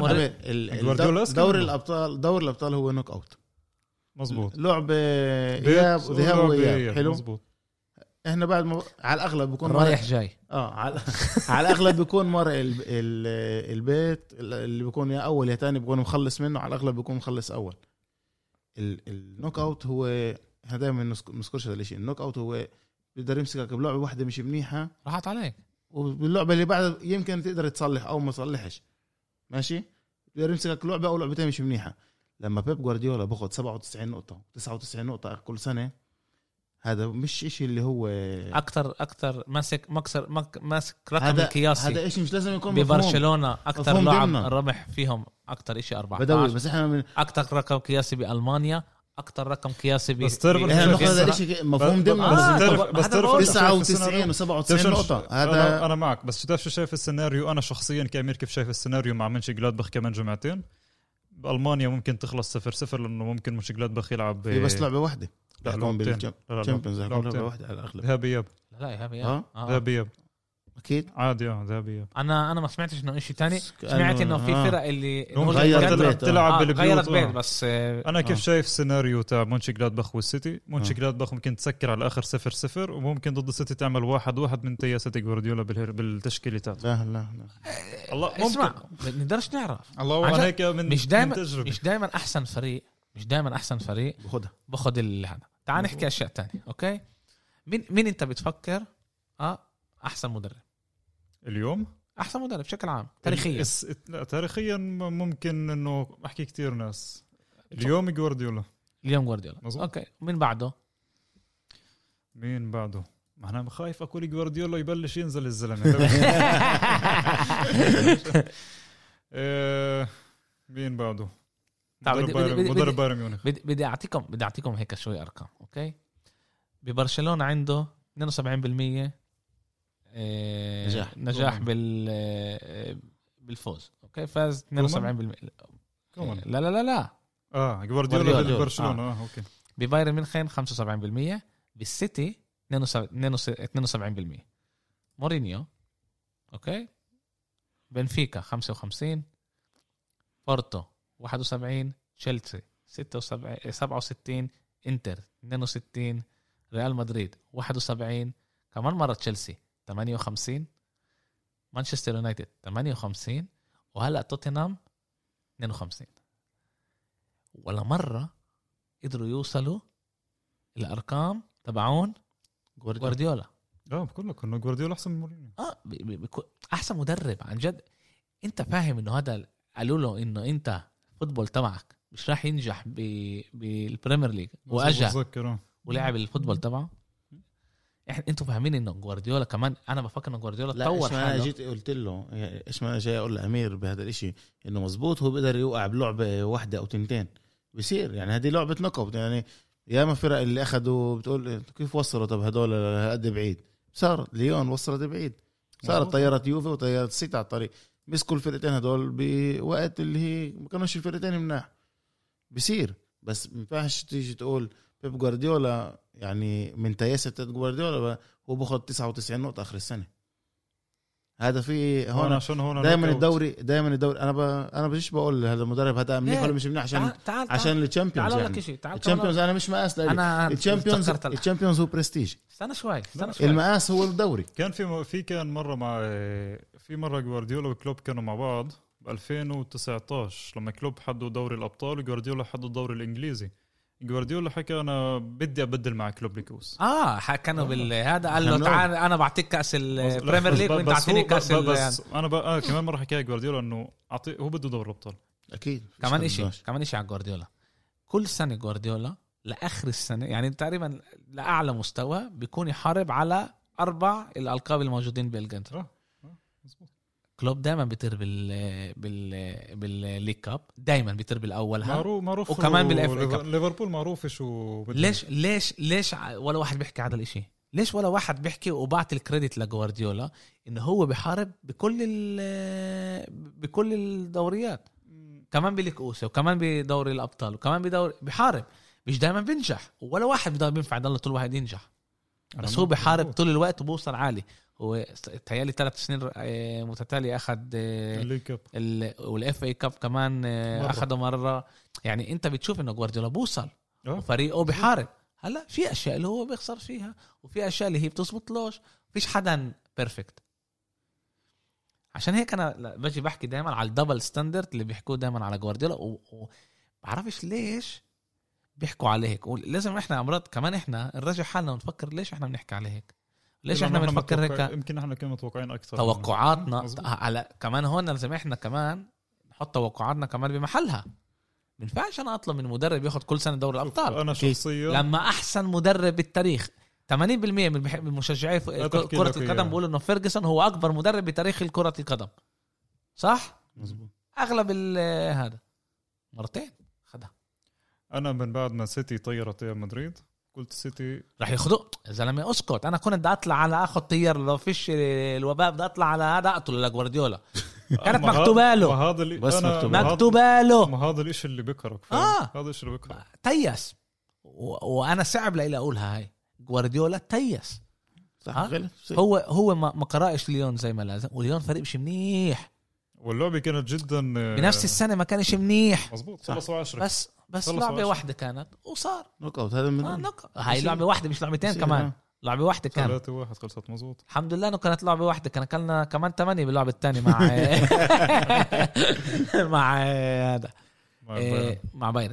دوري الابطال هو نوك اوت مظبوط لعبه اياب وذهاب واياب حلو مظبوط. احنا بعد ما على الاغلب بيكون رايح جاي على الاغلب بيكون مره البيت اللي بيكون يا اول يا ثاني بيكون مخلص منه على الاغلب بيكون مخلص اول. النوك اوت هو احنا دائما نذكرش هذا الشيء. النوك اوت هو بيقدر يمسكك بلعبه واحده مش منيحه راحت عليك وباللعبه اللي بعدها يمكن تقدر تصلح او ما تصلحش ماشي. بيقدر يمسكك لعبه او لعبتين مش منيحه. لما بيب جوارديولا باخد 97 نقطه 99 نقطه كل سنه هذا مش إشي اللي هو اكتر ماسك رقم القياسي. هذا إشي مش لازم يكون ببرشلونه اكتر لاعب ربح فيهم اكتر إشي 14 بس احنا اكتر رقم قياسي بالمانيا اكتر رقم قياسي بس تعرف هذا الشيء مفهوم ضمن بس تعرف 99 و97 نقطه هذا انا معك. بس تعرف شو شايف السيناريو انا شخصيا كأمير كيف شايف السيناريو مع منشي جلادباخ كمان جمعتين بألمانيا ممكن تخلص 0-0 لانه ممكن منشي جلادباخ يلعب بس لعبه واحده لا بالتشامبيونز لعبه واحده على الاغلب ذهبيه ذهبيه اكيد عادي ذهبيه. انا ما سمعتش انه شيء تاني. سمعت انه في فرق اللي تلعب بالبيوت بيت بس انا كيف شايف السيناريو تاع مونشي جلادباخ والسيتي. مونشي جلادباخ ممكن تسكر على الاخر 0-0 وممكن ضد السيتي تعمل 1-1 من تياسة جوارديولا بالتشكيله تاعته. لا الله اسمع نقدرش نعرف الله هيك مش دائما احسن فريق باخذ هذا. تعال نحكي اشياء تانية. اوكي مين انت بتفكر احسن مدرب اليوم؟ احسن مدرب بشكل عام تاريخيا ممكن انه احكي كتير ناس. اليوم جوارديولا اوكي مين بعده ما انا خايف اقول جوارديولا يبلش ينزل الزلمه. مين بعده مدرب بايرن ميونخ. بدي اعطيكم هيك شوي ارقام. اوكي ببرشلونه عنده 72% نجاح بالفوز. اوكي فاز 72%. لا جوارديولا بالبرشلونه اوكي. ببايرن ميونخ 75%. بالسيتي 72%. مورينيو اوكي بنفيكا 55. بورتو 71. تشيلسي 67. انتر 62. ريال مدريد 71. كمان مرة تشيلسي 58. مانشستر يونايتد 58. وهلأ توتنهام 52. ولا مرة قدروا يوصلوا الأرقام تبعون جوارديولا. بقول لك انه جوارديولا احسن من مورينيو. احسن مدرب عن جد. انت فاهم انه هذا قالوا له انه انت فوتبول تبعك مش راح ينجح بالبريمير ليج واجا ولعب الفوتبول تبعه. انتوا فاهمين انه جوارديولا كمان، انا بفكر انه جوارديولا تطور حاله. انا جيت قلت له ايش ما انا جاي اقول لامير بهذا الاشي انه مزبوط، هو بيقدر يوقع بلعبه واحده او تنتين بيصير، يعني هذه لعبه نقط. يعني ياما فرق اللي اخذوا بتقول كيف وصلوا، طب هدول قد بعيد صار ليون وصلت بعيد، صارت طيارة يوفي وطيارة سيتي على الطريق، مسكوا الفرقتين هدول بوقت اللي هي ما كانوش الفرقتين مناح بيصير. بس ما ينفعش تيجي تقول بيب جوارديولا يعني من تياسة جوارديولا هو بأخذ 99 نقطة آخر السنة. هذا في هون دائما الدوري انا بجيش بقول هذا المدرب هذا منيح ولا مش منيح عشان الشامبيونز. يعني الشامبيونز انا مش مقاس الشامبيونز هو برستيج. استنى شوي المقاس هو الدوري. كان كان مره مع مره جوارديولا وكلوب كانوا مع بعض ب 2019 لما كلوب حدوا دوري الابطال وجوارديولا حدوا الدوري الانجليزي. جوارديولا حكى انا بدي ابدل مع كلوب الكؤوس. كانوا بالهذا قال له تعال انا بعطيك كاس البريمير ليج وانت تعطيني كاس بس انا كمان مره حكى جوارديولا انه هو بده دوري الابطال. اكيد كمان شيء على جوارديولا. كل سنه جوارديولا لاخر السنه يعني تقريبا لاعلى مستوى بيكون يحارب على 4 الالقاب الموجودين بالانجلترا. مظبوط. كلوب دائما بيطير بالليج كاب، دائما بيطير بالاولها معروف وكمان بالاف اي كاب. ليفربول معروف شو ليش ولا واحد بيحكي هذا الاشي؟ ليش ولا واحد بيحكي وبعت الكريدت لجوارديولا انه هو بيحارب بكل الدوريات، كمان بالكؤوس وكمان بدوري الابطال وكمان بدوري بيحارب، مش دائما بينجح ولا واحد بينفع يضل طول واحد ينجح، بس هو بيحارب طول الوقت وبوصل عالي. هو تهيالي 3 سنين متتالية أخذ والإف اي كاب كمان أخده مرة. يعني أنت بتشوف إنه جوارديولا بوصل وفريقه بيحارب. هلا في أشياء اللي هو بيخسر فيها وفي أشياء اللي هي بتزبطلوش، فيش حدا بيرفكت. عشان هيك أنا بجي بحكي دايما على الدبل ستاندرد اللي بيحكوه دايما على جوارديولا، وبعرفش ليش بيحكوا عليه هيك. ولازم إحنا أمراض كمان إحنا نرجع حالنا ونفكر ليش إحنا بنحكي عليه هيك، ليش احنا بنفكر هيك. يمكن احنا كنا متوقعين اكثر توقعاتنا على كمان هون لازم احنا كمان نحط توقعاتنا كمان بمحلها. ما ينفعش انا اطلب من مدرب ياخذ كل سنه دوري الابطال. انا شخصيا لما احسن مدرب بالتاريخ 80% من مشجعي كره القدم بيقولوا انه فيرجسون هو اكبر مدرب بتاريخ كره القدم، صح مزبوط. اغلب هذا مرتين خدها. انا من بعد ما سيتي طيرت ريال مدريد قلت سيتي راح ياخذوا. زلمه اسكت، انا كنت بدي اطلع على اخذ طيار لو فيش الوباء بدي اطلع على هذا اقتل لجوارديولا. كانت مكتوبه له بس مكتوبه له. ما هذا الاشي اللي بكرك هذا الشيء اللي بكرك تيس. وانا صعب لي اقولها هاي جوارديولا تيس. هو ما قرأش ليون زي ما لازم، وليون فريق مش منيح واللعبه كانت جدا بنفس السنه ما كانش منيح. مزبوط خلصوا 10 بس لعبه واحده كانت وصار نوك اوت. هذا من هاي لعبه واحده مش لعبتين كمان. لعبه واحده كانت 3-1 خلصت. مزبوط الحمد لله انه كانت لعبه واحده. كان اكلنا كمان 8 باللعبه الثانيه مع مع هذا مع بايرن.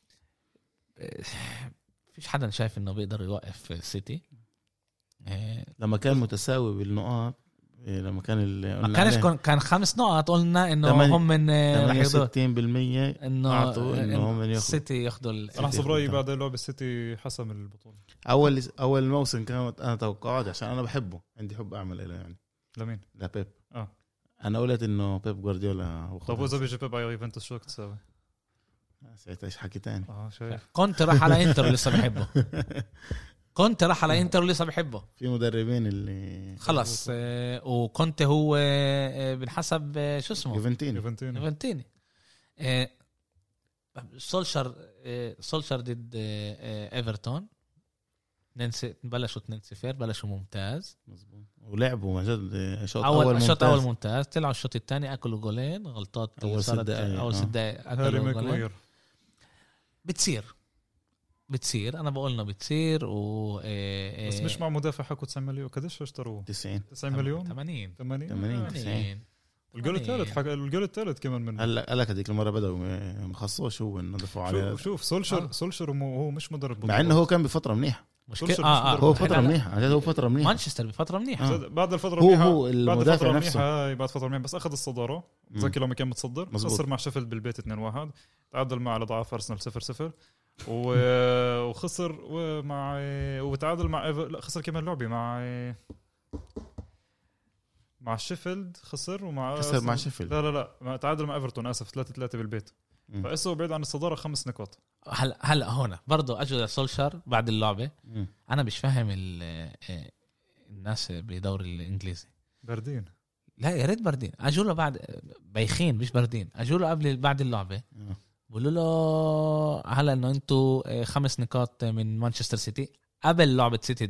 فيش حدا شايف انه بيقدر يوقف سيتي لما كان متساوي بالنقاط. لما كان 5 نقط قلنا انه هم من 60% انه هم السيتي ياخذوا. انا حسب رايي بعد لعب السيتي حسم البطوله. اول موسم كانت انا توقعات عشان انا بحبه، عندي حب اعمل له يعني. لمين؟ لبيب. انا قلت انه بيب جوارديولا. طب واذا بيجي بيب على يوفنتوس شو تسوي؟ ساعتها ايش حكي تاني. شايف كنت راح على انتر لسه بحبه. كنت راح على انتر ولسه بحبه. في مدربين اللي خلص وكنت هو بنحسب شو اسمه يوفنتيني. سولشر ضد ايفرتون بلشوا 2-0 بلشوا ممتاز. مظبوط ولعبوا مجد شوط اول ممتاز. طلعوا الشوط الثاني اكلوا جولين غلطات اول 6 دقائق اكلوا جولين. بتصير انا بقولنا بتصير بس مش مع مدافع حكوا 9 مليون. قديش اشتروه؟ 90 مليون 80 90. الجول الثالث كمان منه. هلا هذيك المره بدأوا مخصوش هو انه دفعوا عليه. شوف سولشر هو مش مدرب مع انه هو كان بفتره منيحه. مشكلة هو فترة منيحة، هو فترة منيحة. مانشستر بفترة منيحة. بعد الفترة منيحة هو المدافع نفسه بعد فترة منيحة بس أخذ الصدارة. زكي لما كان متصدر خسر مع شيفيلد بالبيت 2-1، تعادل مع الأضعاف أرسنال 0-0 وخسر مع وتعادل مع خسر كمان لعبة مع شيفيلد، خسر مع شيفيلد. لا تعادل مع ايفرتون 3-3 بالبيت. فإسه بعيد عن الصدارة 5 نقاط. هلا هون برضو اجوا سولشار بعد اللعبة. انا مش فاهم الناس بدوري الانجليزي باردين. لا يا ريت باردين. اجوا له بعد بايخين مش باردين. اجوا له بعد اللعبة بقولوا له هلا انه انتوا 5 نقاط من مانشستر سيتي قبل لعبة سيتي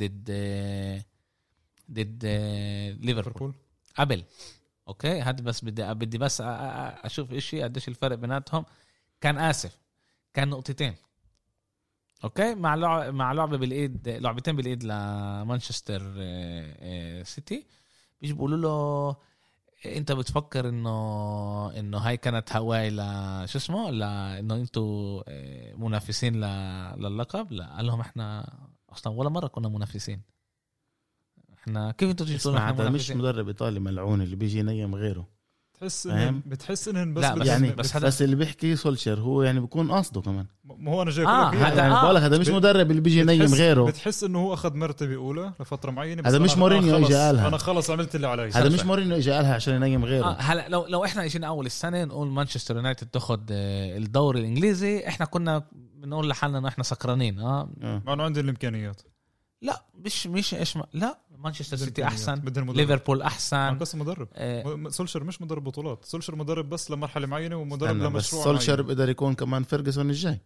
ضد ليفربول قبل. اوكي هذا بس بدي بس اشوف اشي قديش الفرق بيناتهم. كان اسف كان نقطتين. اوكي مع لعبة بالايد، لعبتين بالايد لمانشستر سيتي. بيجي بيقولوا له انت بتفكر انه هاي كانت هواي شو اسمه انه انتوا منافسين للقب؟ لا قال لهم احنا اصلا ولا مرة كنا منافسين. احنا كيف انتوا تقولوا احنا منافسين؟ مش مدرب ايطالي ملعون اللي بيجي ينيم غيره. بتحس انهم بس يعني بس اللي بيحكي سولشر هو يعني بيكون قصده كمان. ما هو انا جاي هذا مش مدرب اللي بيجي ينيم غيره. بتحس انه هو اخذ مرتبه اولى لفتره معينه. هذا مش مورينيو اجى قالها انا خلص عملت اللي علي. هذا مش مورينيو اجى قالها عشان ينيم غيره. هلا لو احنا اجينا اول السنه نقول مانشستر يونايتد تاخذ الدوري الانجليزي، احنا كنا بنقول لحالنا انه احنا سكرانين. ما انه عندي الامكانيات. لا مش ايش لا مانشستر سيتي احسن، ليفربول احسن. بس مدرب سولشر مش مدرب بطولات. سولشر مدرب بس لمرحله معينه ومدرب لمشروع. سولشر بقدر يكون كمان فيرجسون الجاي.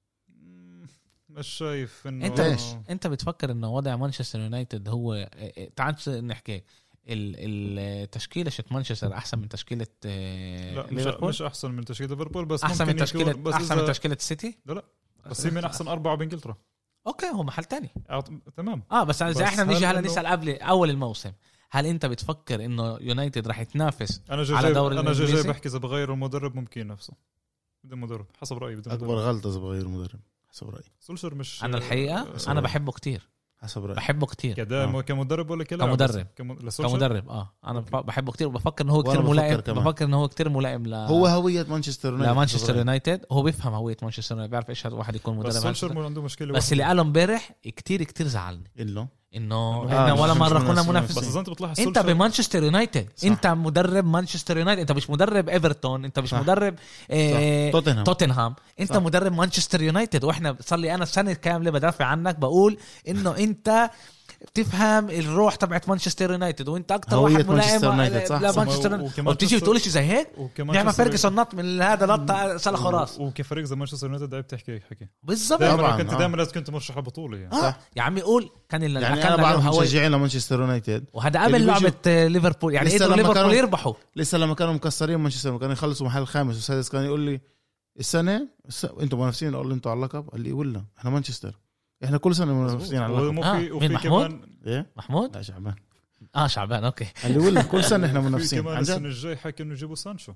مش شايف انه انت بتفكر انه وضع مانشستر يونايتد هو تعال نحكي التشكيله شت مانشستر احسن من تشكيله ليفربول. مش احسن من تشكيله ليفربول بس احسن من تشكيله من تشكيله السيتي. لا بس هي من احسن 4 بانجلترا. اوكي هو محل تاني. تمام. بس اذا احنا بنيجي هلا نسال قبل اول الموسم، هل انت بتفكر انه يونايتد راح يتنافس على دوري الانجليزي؟ انا جاي بحكي اذا بغير المدرب ممكن نفسه. بدي مدرب حسب رايي. اكبر غلطه اذا بغير المدرب حسب رايي. سولشر مش انا الحقيقه انا بحبه كتير حسب رأيي. بحبه كتير كمدرب ولا كلاعب؟ كمدرب انا بحبه كتير وبفكر انه هو كتير ملائم. بفكر انه هو كتير ملائم هو هوية مانشستر يونايتد. هو بيفهم هوية مانشستر يونايتد، بيعرف ايش هذا واحد يكون مدرب. بس عنده مشكلة بس اللي قاله امبارح كتير زعلني انه احنا ولا مرة كنا منافسين. بس انت بتلاحظ انت بمانشستر يونايتد، انت مدرب مانشستر يونايتد، انت مش مدرب ايفرتون، انت مش مدرب توتنهام، انت مدرب مانشستر يونايتد. واحنا صار لي انا سنة كاملة بدافع عنك بقول انه انت بتفهم الروح تبعت مانشستر يونايتد وانت اكتر واحد ملائم لمانشستر يونايتد. وبتيجي بتقول شيء زي هيك نعمل فيرجسون نط من هذا نط سلخ راس. وكفريق زي مانشستر يونايتد عيب تحكي حكي بالضبط. كنت دائما لازم كنت مرشح بطوله يعني. صح يا عمي قول كان يعني انا بعرف مشجعين لمانشستر يونايتد وهذا قبل لعبه ليفربول يعني قدروا ليفربول يربحوا. لسه لما كانوا مكسرين مانشستر كانوا يخلصوا محل الخامس والسادس كان يقول لي السنه انتم منافسين. اقول له انتم على اللقب؟ قال لي ولا احنا مانشستر احنا كل سنه منافسين على اللقب. وفي كمان محمود لا شعبان. شعبان اوكي. اللي ولا كل سنه احنا منافسين. كمان السنه الجاي حكي انه يجيبوا سانشو.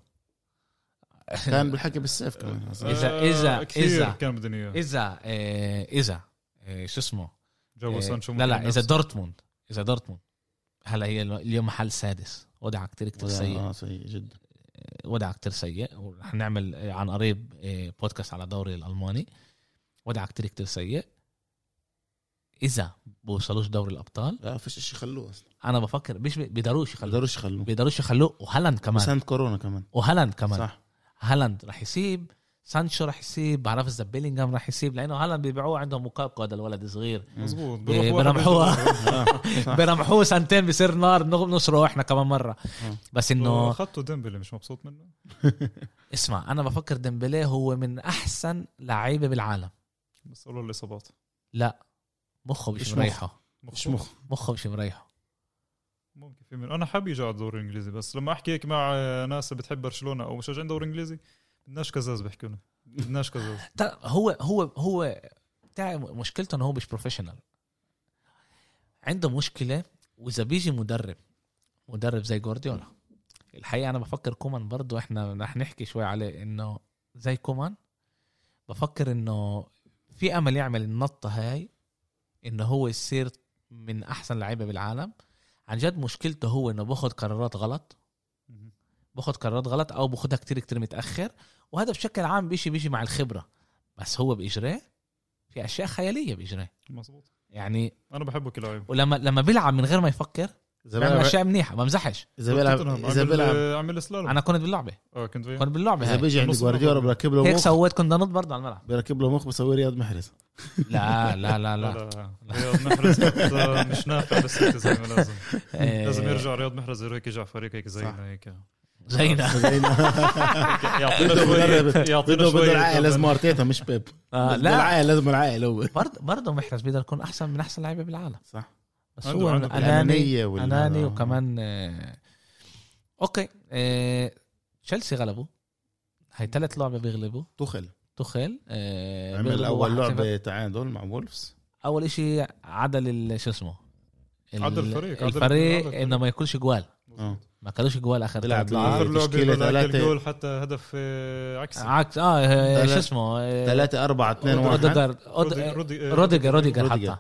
كان بالحكي بالسيف كمان. اذا كان بدنا اياه. اذا شو اسمه جابوا سانشو. لا اذا دورتموند هلا هي اليوم محل سادس. وضع كتير سيء. سيء جدا. وضع كتير سيء. ورح نعمل عن قريب بودكاست على الدوري الألماني. وضع كتير سيء. إذا بوصلوش دوري الأبطال لا فيش إشي يخلوه أصلا. أنا بفكر بيقدروش يخلوه. وهالاند كمان. سنة كورونا كمان. وهالاند كمان. صح. هالاند رح يسيب. سانشو رح يسيب. بعرف إذا بيلينغهام رح يسيب لأنه هالاند بيبيعوه عندهم مكافأة. هذا الولد صغير. مظبوط. برمحوه سنتين بيصير نار نصره إحنا كمان مرة. بس إنه خطوا ديمبلي مش مبسوط منه. اسمع أنا بفكر ديمبلي هو من أحسن لعيبة بالعالم. بس قالوا الإصابات. لا مخه مش مريحه. مخه مش مريحه. ممكن في من انا حابب يجي على الدوري الانجليزي. بس لما احكي هيك مع ناس بتحب برشلونه او مشجعين دوري انجليزي بدناش كزاز بيحكوا لنا بدناش كزاز. هو بتاع مشكلته انه هو مش بروفيشنال. عنده مشكله. واذا بيجي مدرب زي جوارديولا الحقيقه انا بفكر كومان برضو احنا رح نحكي شوي عليه انه زي كومان. بفكر انه في امل يعمل النطه هاي انه هو يصير من احسن لعيبه بالعالم. عن جد مشكلته هو انه باخد قرارات غلط، او باخدها كتير متاخر، وهذا بشكل عام بيجي مع الخبره، بس هو بيجري في اشياء خياليه بيجري. مظبوط. يعني انا بحبه كلاعب، ولما بيلعب من غير ما يفكر بيعمل اشياء منيحه، ما بمزحش. اذا بيلعب عمل سلالم. انا كنت باللعبه كنت باللعبه اذا بيجي عند جوارديولا بركب له هيك سويت، كنت نط برضه على الملعب بركب له مخ بسوي رياض محرز. لا رياض محرز مش نافع بس زي ما لازم يرجع رياض محرز هيك يرجع فريق هيك زينا يعطينا شويه العائله لازم ارتيتا مش بيب. لا العائله لازم العائله هو برضه محرز بيقدر يكون احسن من احسن لعيبه بالعالم، صح. بس هو اناني وكمان اوكي. تشيلسي غلبوا هاي 3 لعبة بيغلبوا تخل عمل اول لعبة تعادل مع وولفز. اول اشي عدل شو اسمه عدل الفريق انه ما ياكلش جوال، ما كانوش جوال اخر تشكيلة 3 جول حتى هدف عكس شو اسمه 3-4-2-1 روديجر حتى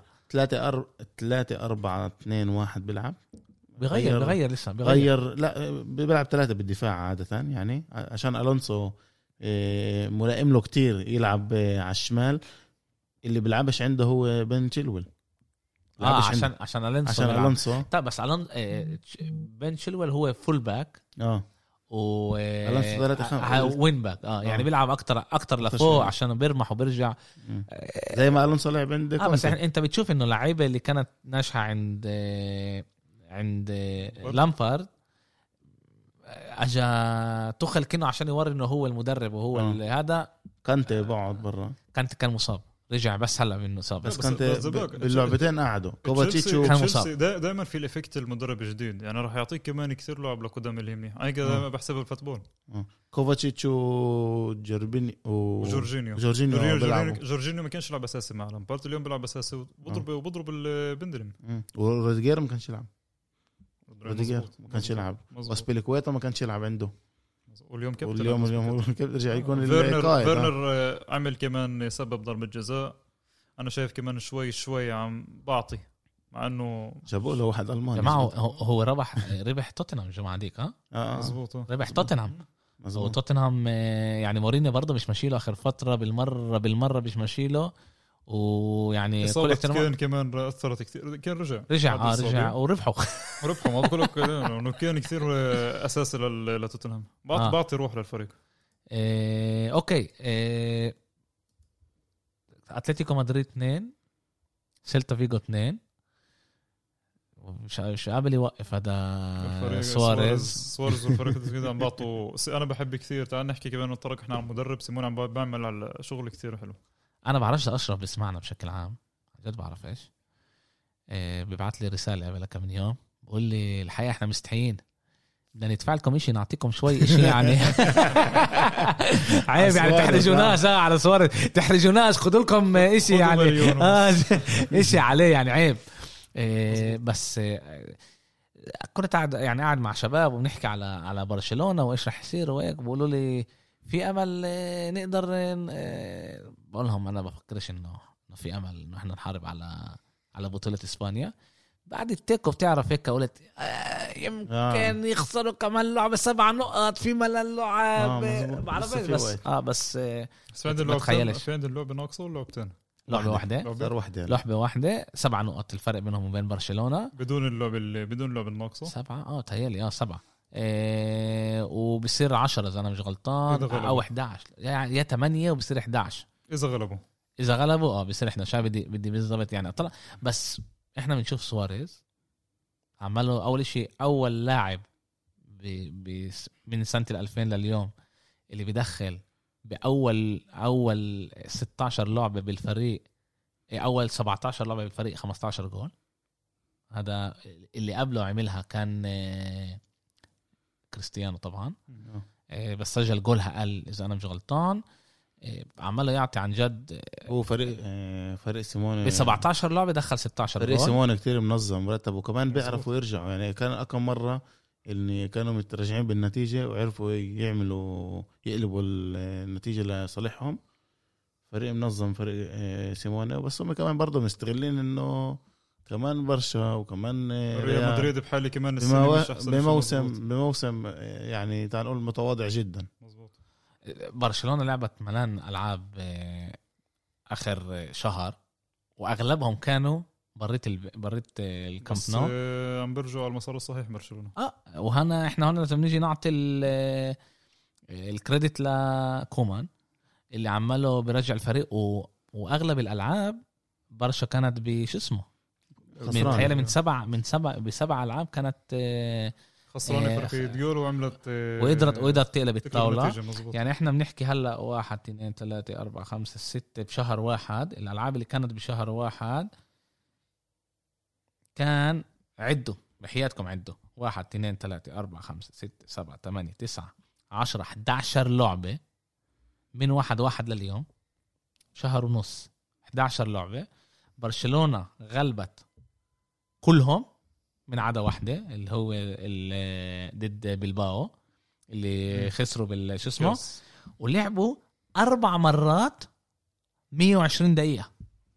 3-4-2-1 بيلعب بغير لسه لا بيلعب 3 بالدفاع عادة يعني عشان ألونسو ملائم له كتير يلعب على الشمال. اللي بيلعبش عنده هو بن تشيلويل عشان ألونسو طيب بس بن تشيلويل هو فول باك ألونسو وين باك يعني بيلعب اكتر لفوق عشان بيرمح وبيرجع زي ما ألونسو لعب عند بس انت بتشوف انه اللعيبه اللي كانت ناجحه عند لامبارد اجا تخل كأنه عشان يوري انه هو المدرب وهو هذا. كانت بعد برا، كان مصاب، رجع بس هلا منه صاب، بس كانت باللعبتين قعدوا. كوفاتشيتش كان مصاب. دائما في الافكت المدرب الجديد يعني راح يعطيك كمان كثير لعب لقدام اللي منيح. انا كده بحسب الفوتبول كوفاتشيتش وجورجينيو ما كانش يلعب اساسي مع لامبارد، اليوم بيلعب اساسي وبضرب البندلم. وروديجر ما كانش يلعب، روديجر ما كانش يلعب، وسبيليكويتا ما كانش يلعب عنده، واليوم كابتن اليوم رجع يكون القائد. فيرنر عمل كمان سبب ضربة جزاء. انا شايف كمان شوي عم بعطي مع انه جابوا له واحد الماني جماعه. هو ربح توتنهام الجمعه ديك مظبوط ربح توتنهام. وتوتنهام يعني مورينيو برضه مش ماشيله اخر فتره بالمره مش ماشيله، ويعني كل احترام كمان اثرت كثير. كان رجع وربحوا ما بقول لك انه كان كثير اساسي لتوتنهام. بعطي روح للفريق. اوكي. اتلتيكو مدريد 2 سيلتا فيجو 2. مش قابل يوقف هذا سواريز والفريق كده عم بعطوا. انا بحب كثير. تعال نحكي كمان نطرق احنا على المدرب سيمون عم بعمل على شغل كثير حلو. انا بعرفش اشرف بسمعنا بشكل عام جد بعرف ايش. بيبعت لي رساله قبل كم يوم بقول لي الحقيقه احنا مستحيين بدنا ندفع لكم شيء نعطيكم شوي شيء يعني عيب يعني تحرجوناش على صور تحرجوناش خذوا لكم شيء يعني شيء عليه يعني عيب. بس كنت قاعد مع شباب وبنحكي على برشلونة وايش رح يصير وهيك بيقولوا لي في امل نقدر بقول لهم انا بفكرش انه في امل انه احنا نحارب على بطولة اسبانيا. بعد التيكو بتعرف هيك قلت يمكن يخسروا كمان لعبة 7 نقط في ملل لعب بعرفش بس في عند اللعبة ناقصة ولا لعبتين؟ لعبة واحدة 7 نقط الفرق بينهم وبين برشلونة بدون اللعبة الناقصة 7 تهيالي 7 وبصير 10 إذا أنا مش غلطان أو 11 يعني 8 وبصير 11 إذا غلبوا بصير إحنا شايف بدي بالضبط يعني طلع. بس إحنا بنشوف سواريز عمله أول شيء أول لاعب من سنة 2000 لليوم اللي بيدخل بأول 16 لعبة بالفريق أول 17 لعبة بالفريق 15 جول. هذا اللي قبله عملها كان كريستيانو طبعا بس سجل جولها أقل إذا أنا مش غلطان. عمله يعطي عن جد. هو فريق سيموني ب 17 لعبة دخل 16 جول. فريق سيموني كتير منظم مرتب وكمان بيعرفوا يرجعوا يعني. كان أكم مرة اللي كانوا متراجعين بالنتيجة وعرفوا يقلبوا النتيجة لصالحهم. فريق منظم فريق سيموني، بس هم كمان برضه مستغلين انه كمان برشا وكمان ريال مدريد بحالي كمان بموسم يعني تعال نقول متواضع جدا. مزبوط. برشلونة لعبت ملان ألعاب آخر شهر وأغلبهم كانوا بريت الكامب نو. عم برجعوا على المسار الصحيح برشلونة. وهنا احنا هنا لازم نيجي نعطي الكريدت لكومان اللي عمله برجع الفريق واغلب الالعاب برشا كانت بش اسمه من بسبع العاب كانت خسرانه في ديور وعملت وقدرت تقلب الطاوله. يعني احنا بنحكي هلا 1 2 3 4 5 6 بشهر واحد. الالعاب اللي كانت بشهر واحد كان عدوا بحياتكم عدوا 1 2 3 4 5 6 7 8 9 10 11 لعبة من 1 لليوم شهر ونص 11 لعبة. برشلونة غلبت كلهم من عدا واحدة اللي هو ضد بلباو اللي خسروا بالشو اسمه ولعبوا 4 مرات 120 دقيقة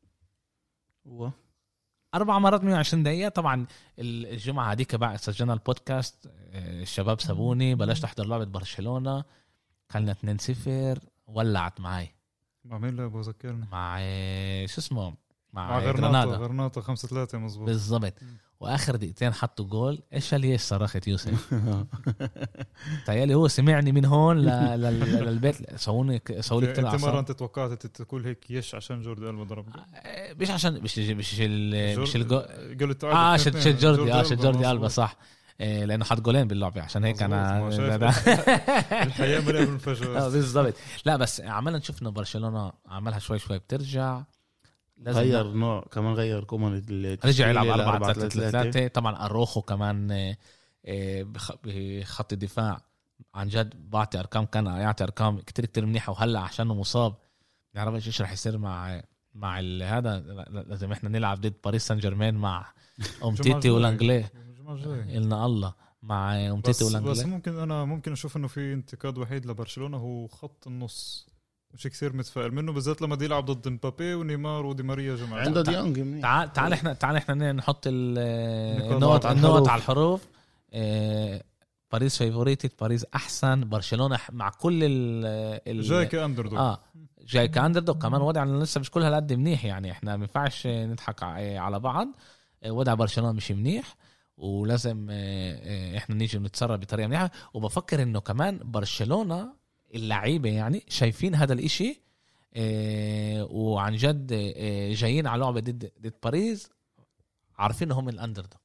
4 مرات 120 دقيقة. طبعا الجمعة هذيك بعد سجلنا البودكاست الشباب سابوني بلاش تحضر لعبة برشلونة كانت 2-0 ولعت معي. مع مين لعبوا ذكرني؟ مع شو اسمه مع غرناطة 5-3 مزبوط بالضبط. واخر دقيقتين حطوا جول. ايش اللي صرخت يوسف تخيلي هو سمعني من هون للبيت سووني طلع انت مرة انت توقعت تقول هيك يش عشان جوردي ألبا ضرب مش عشان مش الجول شل جوردي ألبا صح لانه حط جولين باللعبه عشان هيك انا الحياه مليئه بالمفاجآت بالضبط. لا بس عملنا نشوف انه برشلونه عملها شوي بترجع غير نوع كمان غير كومان رجع يلعب 4-3-3. طبعا أروخو كمان بخط الدفاع عن جد بعطي ارقام كان يعطي ارقام كتير منيحه. وهلا عشانه مصاب نعرفش ايش رح يصير مع هذا. لازم احنا نلعب ضد باريس سان جيرمان مع أمتيتي والانجلي إلنا الله مع أمتيتي والانجلي. بس ممكن اشوف انه في انتقاد وحيد لبرشلونه هو خط النص مش كثير متفائل منه بالذات لما دي يلعب ضد مبابي ونيمار ودي ماريا جماعه. عنده ديونج. تعال احنا نحط النقط على الحروف. باريس فيفوريتي باريس احسن. برشلونه مع كل جاي كاندردوغ جاي كاندردوغ كمان وضعنا لسه مش كل هالقد منيح. يعني احنا ما ينفعش نضحك على بعض. وضع برشلونه مش منيح ولازم احنا نيجي نتصرف بطريقه منيحه. وبفكر انه كمان برشلونه اللعيبة يعني شايفين هذا الاشي وعن جد جايين على لعبة ضد باريس عارفين هم الاندردوغ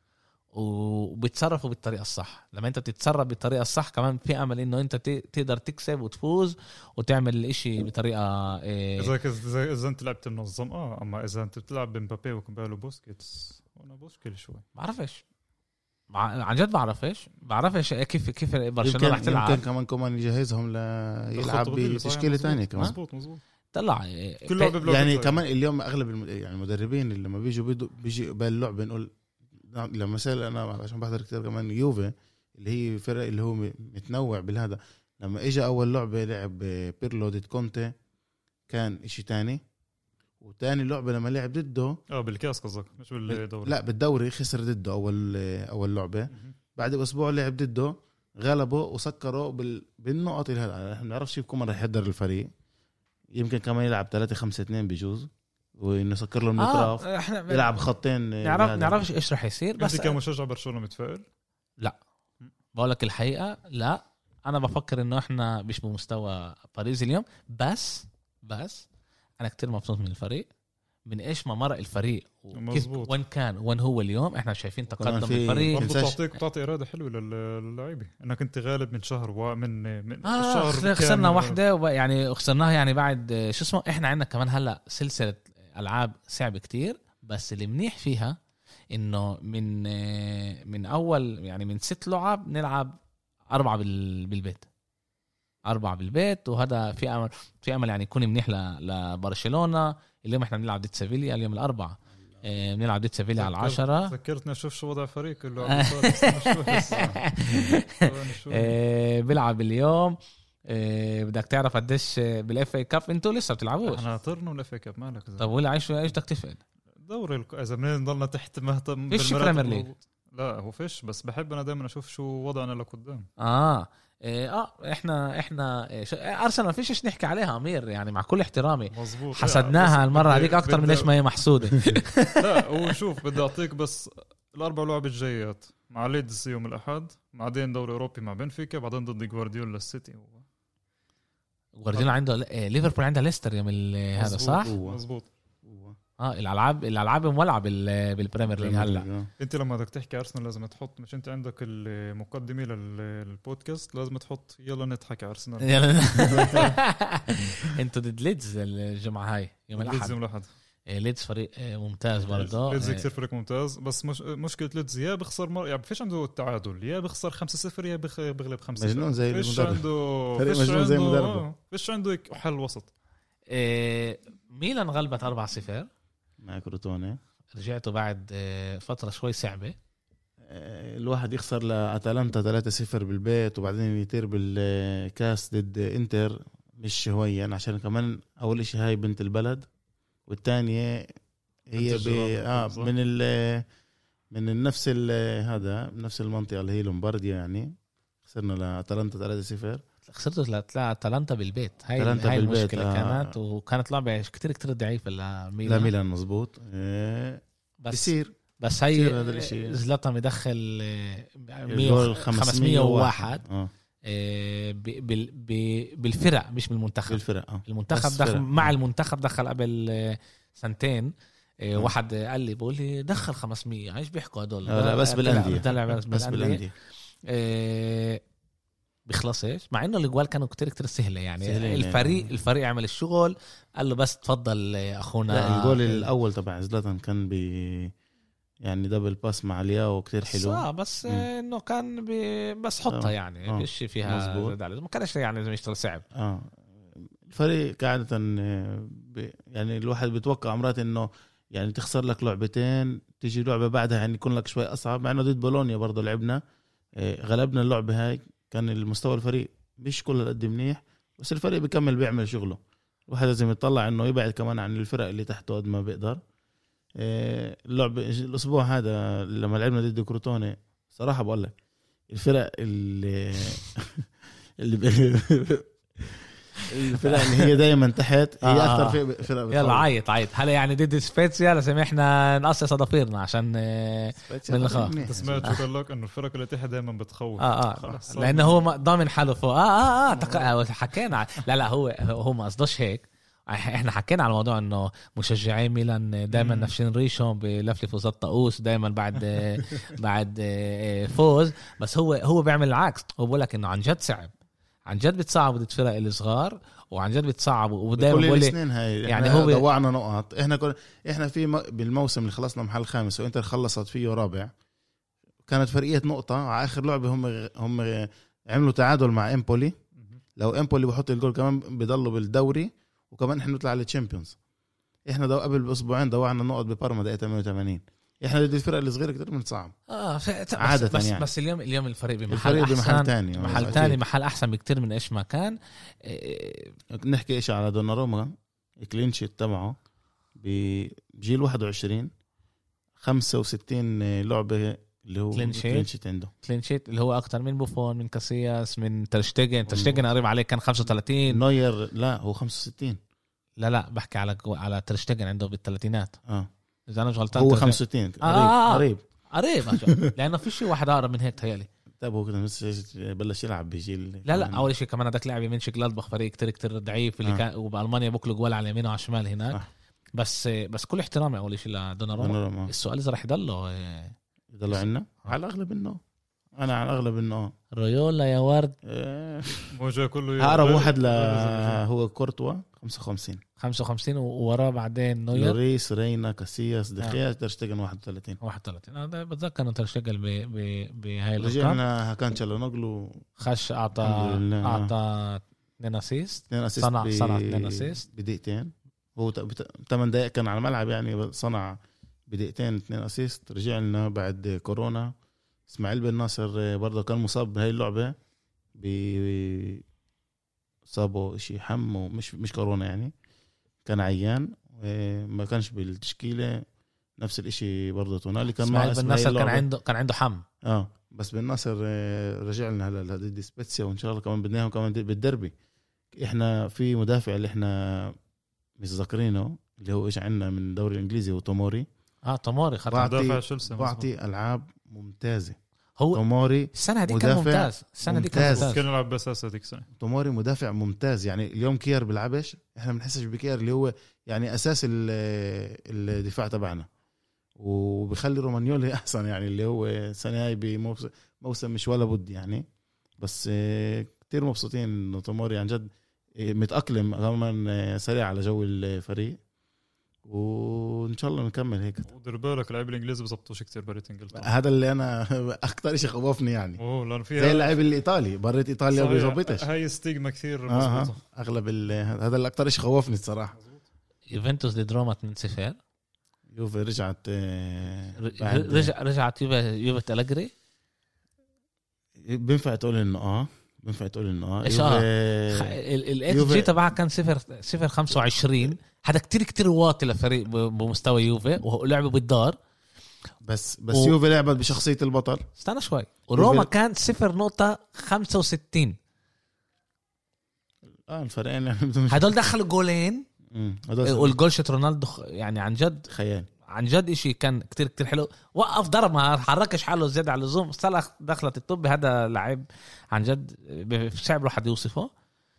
وبيتصرفوا بالطريقة الصح. لما انت بتتصرف بالطريقة الصح كمان في امل انه انت تقدر تكسب وتفوز وتعمل الاشي بطريقة اذا انت لعبت منظم. اما اذا انت بتلعب بمبابي وكمبالو بوسكيتس انا مشكلة شوي. بعرفش عن جد بعرفش كيف برشلونة رح تلعب. يمكن كمان كمان يجهزهم ليلعب بتشكيلة تانية كمان. مزبوط طلع يعني كمان اليوم اغلب يعني المدربين اللي لما بيجي باللعب بنقول لما مثلا انا عشان بحضر كتير كمان يوفي اللي هي فرق اللي هو متنوع بالهذا. لما اجى اول لعبة لعب بيرلو ضد كونتي كان اشي تاني. وتاني لعبة لما لعب ضده بالكاس قصدك مش بالدوري. لا بالدوري خسر ضده اول لعبة. بعد اسبوع لعب ضده غلبه وسكره بالنقط اللي هذا. احنا نعرفش كيف كمان رح يحضر الفريق. يمكن كمان يلعب 3-5-2 بجوز ونسكر له المطراف يلعب خطين. نعرفش ايش رح يصير. بس كمشجع برشلونة متفائل لا بقولك الحقيقة لا. انا بفكر انه احنا مش بمستوى باريس اليوم. بس انا كتير مبسوط من الفريق من ايش ما مرق الفريق وين هو اليوم. احنا شايفين تقدم الفريق. بتعطي إرادة حلوة للاعيبة انك انت غالب من شهر ومن شهر خسرنا واحدة يعني خسرناها يعني بعد شو اسمه. احنا عندنا كمان هلا سلسلة العاب صعبة كتير. بس اللي منيح فيها انه من اول يعني من 6 لعب نلعب 4 بالبيت. 4 بالبيت. وهذا في امل يعني يكون منيح لبرشلونة. اليوم احنا بنلعب ضد سيفيليا اليوم الأربعة. بنلعب ضد سيفيليا على 10. ذكرتنا اشوف شو وضع فريق اللي بيلعب اليوم بدك تعرف قديش بالاف اي كاب انتوا لسه بتلعبوش. احنا طرنا الاف اي كاب مالك. طب ولا ايش بدك تفقد دوري اذا بنضلنا تحت مهتم فيش بريمير ليج. لا هو فيش، بس بحب انا دائما اشوف شو وضعنا لقدام. احنا ارسنال فيش ايش نحكي عليها امير، يعني مع كل احترامي مزبوط. حسدناها المره هذيك اكثر من ايش ما هي محسوده. لا وشوف بدي اعطيك بس الاربع لعب الجايات مع ليدز يوم الاحد، بعدين دوري اوروبي مع بنفيكا، بعدين ضد جوارديولا السيتي. جوارديولا عنده ليفربول عندها ليستر يوم هذا صح مزبوط. الالعاب مولعه بالبريمير ليج هلا. انت لما بدك تحكي ارسنال لازم تحط، مش انت عندك المقدمه للبودكاست لازم تحط يلا نضحك على ارسنال. انتوا ضد ليدز الجمعه هاي يوم الاحد. ليدز فريق ممتاز برضه. ليدز كثير فريق ممتاز، بس مشكله ليدز يا بخسر يعني فيش عنده التعادل، يا بخسر 5-0 يا بغلب 5-0. مجنون زي المدرب. فريق مجنون زي المدرب. فيش عنده حل وسط. ميلان غلبت 4-0 مع كروتوني. رجعتوا بعد فترة شوي صعبة. الواحد يخسر لأتلانتا 3-0 بالبيت وبعدين يطير بالكاس ضد انتر مش هوين، عشان كمان أول إشي هاي بنت البلد، والتانية هي من نفس هذا نفس المنطقة اللي هي لومبارديا. يعني خسرنا لأتلانتا 3-0. خسرتوا لأتلانتا بالبيت. هاي المشكلة كانت وكانت لعبة كتير ضعيفة لميلان مزبوط. بس هي زلاتان يدخل 501 بالفرق مش بالمنتخب. المنتخب دخل مع المنتخب دخل قبل سنتين. واحد قال لي بقول لي دخل 500 ايش بيحكوا هدول؟ لا بس بالأندية بيخلصش، مع انه الاجوال كانوا كتير سهله يعني. الفريق عمل الشغل، قال له بس تفضل اخونا. لا الجول الاول تبع زلاتان كان يعني دبل باس مع لياو كتير حلو. بس انه كان بس حطها يعني مش فيها ما كانش يعني زي يشتغل صعب. الفريق قاعدة يعني الواحد بيتوقع مرات انه يعني تخسر لك لعبتين تيجي لعبة بعدها يعني يكون لك شوي اصعب. مع انه ضد بولونيا برضه لعبنا غلبنا اللعبة هاي، كان المستوى الفريق مش كله قد منيح، بس الفريق بيكمل بيعمل شغله. الواحد لازم يطلع انه يبعد كمان عن الفرق اللي تحته قد ما بيقدر. اللعب الاسبوع هذا لما لعبنا ضد كروتوني صراحه بقول لك الفرق اللي الفرق اللي هي دايما تحت هي اكثر فرق. يلا عيط هلا يعني ضد سبيتسيا لازم احنا نقصص اضافيرنا عشان من الخوف. سمعت شو قال لك انه الفرق اللي تحت دايما بتخوف. لانه هو ضامن حاله فوق. حكينا لا هو ما قصدش هيك. احنا حكينا على الموضوع انه مشجعين ميلان دائما نفسين ريشهم بلفلفوا زي الطقوس دائما بعد فوز. بس هو بيعمل العكس. هو بقول لك انه عن جد صعب، عن جد بتصعب ضد الفرق الصغار، وعن جد بتصعب. ودائما بقول لي يعني هو ضوعنا نقط. احنا في بالموسم اللي خلصنا محل خامس وانتر خلصت فيه رابع، كانت فرقية نقطة على اخر لعبة. هم عملوا تعادل مع امبولي. لو امبولي بحط الجول كمان بيضلوا بالدوري، وكمان احنا نطلع للتشامبيونز. احنا قبل باسبوعين ضوعنا نقط ببارما دقيقه 88. احنا ضد الفرق الصغيره كتير من صعب عاده بس يعني. بس اليوم الفريق بمحل تاني محل احسن بكتير من ايش ما كان. نحكي ايش على دوناروما. الكلينشيت تبعه بجيل 21 65 لعبه اللي هو كلينشيت عنده. كلينشيت اللي هو اكتر من بوفون، من كاسياس، من ترشتيجن قريب عليه كان 35. نوير لا هو 65. لا بحكي على ترشتيجن عنده بالثلاثينات. اذا انا غلطان هو 65 قريب لانه في شيء واحد اقرب من هيك تهيالي. طيب هو كده بلش يلعب بجيل. لا اول شيء كمان هذاك لاعب يمين جلادباخ فريق كتير ضعيف اللي كان وبالمانيا بوكلوا جوال على اليمين وعلى الشمال هناك. بس كل احترامي اول شيء لدوناروما. السؤال اذا راح يضلوا عنا على الاغلب انه انا على الاغلب انه رويولا يا ورد موجه كله اقرب واحد هو كورتوا 55 ووراه بعدين نوير لوريس رينا كاسياس دخيا ترشتغل 31 انا بتذكر انه ترشتغل بهاي رجعنا كان تشالونوغلو خش اعطى 2 اسيست صنع 2 اسيست بدقيقتين. هو 8 دقائق كان على الملعب يعني صنع بدقيقتين 2 اسيست. رجع لنا بعد كورونا. اسماعيل بن ناصر برضه كان مصاب بهاي اللعبة صابه إشي حم ومش كورونا يعني، كان عيان ما كانش بالتشكيلة. نفس الإشي برضه تونالي كان مع الناصر كان عنده حم. بس بالناصر رجع لنا هلا ضد سبيتسيا، وإن شاء الله كمان بدناهم كمان بالدربي. إحنا في مدافع اللي إحنا مش ذاكرينه اللي هو إيش عنا من الدوري الإنجليزي، هو توموري. توموري بعطي ألعاب ممتازة. هو توموري السنة دي كان ممتاز. السنة دي كان ممتاز. كان يلعب بأساسه ديك السنة. توموري مدافع ممتاز يعني. اليوم كير بيلعبش، احنا بنحسش بكير اللي هو يعني اساس الدفاع تبعنا، وبيخلي رومانيولي احسن يعني، اللي هو السنة هاي بموسم مش ولا بد يعني. بس كتير مبسوطين انه توموري عن جد متأقلم كمان سريع على جو الفريق، وان شاء الله نكمل هيك. ودير بالك اللاعب الانجليزي بزبطوش كتير بريت انجلترا. هذا اللي انا اكثر شيء خوفني يعني. لان فيها زي اللاعب الايطالي بريت ايطاليا بيزبطش. هاي ستيغما كثير مزبوطه. اغلب هذا اللي اكثر شيء خوفني الصراحه. يوفنتوس ضد روما 2-0. يوفي رجعت رجعت يوفي أليجري. بينفع تقول انه بينفع تقول انه ايش الاكس جي تبعها كان 0.25. هذا كتير واطي لفريق بمستوى يوفي، ولعبوا بالدار. بس يوفي لعبت بشخصية البطل. استنى شوي. وروما كان 0.65. الفريقين هدول دخلوا جولين، والجول شت رونالدو يعني عن جد خيال، عن جد إشي كان كتير حلو. وقف ضرب، ما حركش حاله زيادة على اللزوم. صلاح دخلت الطب. هذا لعب عن جد صعب الواحد يوصفه.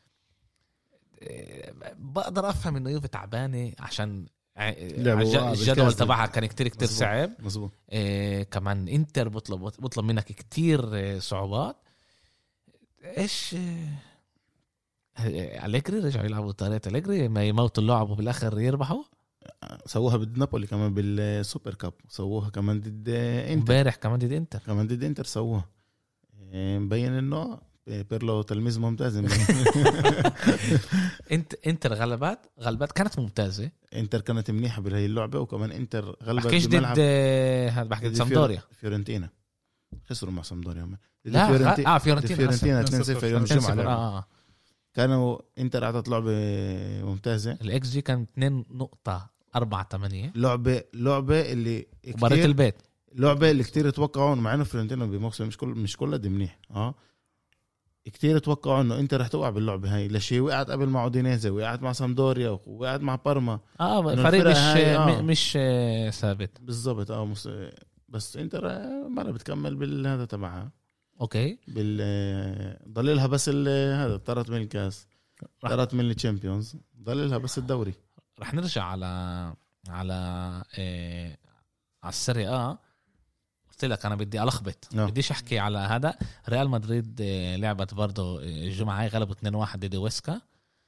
بقدر أفهم إنه يوفي تعبانة عشان الجدول تبعها كان كتير صعب. مظبوط. كمان انتر بطلب منك كتير صعوبات. إيش أليجري رجعوا يلعبوا طريقة أليجري، ما يموتوا اللعب وبالآخر يربحوا. سووها ضد نابولي كمان بالسوبر كاب، سووها كمان ضد انتر امبارح، كمان ضد انتر سووها. مبين انه بيرلو تلميذ ممتاز. انتر غلبات كانت ممتازة. انتر كانت منيحة بهي اللعبة، وكمان انتر غلبت ضد بحكي سامدوريا فيورنتينا. خسروا مع سامدوريا. لا فيورنتينا 2-0 يوم الجمعة. كانوا انتر اعطت لعبة ممتازة. الاكس جي كان 2.48. لعبة اللي بريت البيت، لعبة اللي كتير توقعوا، مع انه فيورنتينا بموسم مش كله دي منيح. كتير توقعوا انه انت رح توقع باللعبة هاي. لشي وقعت قبل مع اودينيزي، وقعت مع سامدوريا، وقعت مع بارما. فريق مش ثابت بالضبط. بس انتر مرة بتكمل بالهذا تبعها. اوكي. ضللها بس هذا طارت من الكاس، طارت من الشامبيونز، ضللها بس الدوري. رح نرجع على السيريا. قلت لك انا بدي ألخبط. بديش احكي على هذا. ريال مدريد لعبت برضو الجمعة، غلبوا 2-1 ضد ويسكا،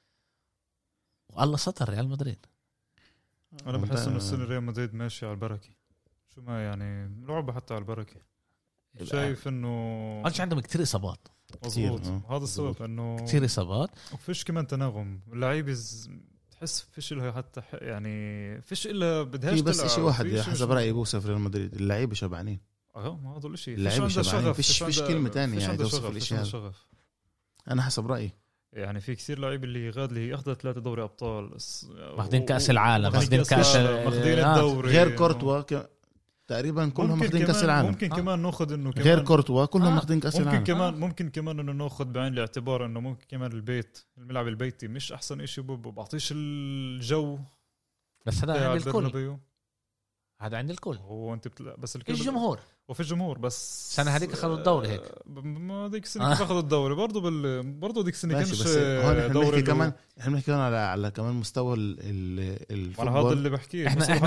والله سطر ريال مدريد. انا بحس انه السنة ريال مدريد ماشي على البركة. شو ما يعني لعبة حتى على البركة. شايف انه قالش عندهم كتير اصابات. مظبوط. هذا السبب انه كتير اصابات، وفيش كمان تناغم. اللعيبه تحس فيش لها حتى يعني فيش الا بدهاش في بس شيء واحد حسب رايي بوصف ريال مدريد، اللعيبه شبعانين. ما هذا الشيء. اللعيبه شبعانين. فيش كلمه ثانيه يعني توصف الشيء هذا. انا حسب رايي يعني في كثير لعيبه اللي غادلي اخذت 3 دوري ابطال، واخدين كاس العالم، واخدين كاس الدوري. غير كورتوا تقريبا كلهم ماخذين كاس العالم. ممكن كمان ناخذ انه غير كورتوا كلهم ماخذين كاس العالم. ممكن كمان انه ناخذ بعين الاعتبار انه ممكن كمان الملعب البيتي مش احسن شيء، بعطيش الجو. بس هذا عند الكل. هذا عند الكل. هو انت بس الكل الجمهور وفي الجمهور. بس السنه هذيك اخذوا الدوري هيك. ما ديك السنه اخذوا الدوري برضه ديك السنه كانش دوري. كمان احنا بنحكي على كمان مستوى الفوتبول. هذا اللي بحكيه.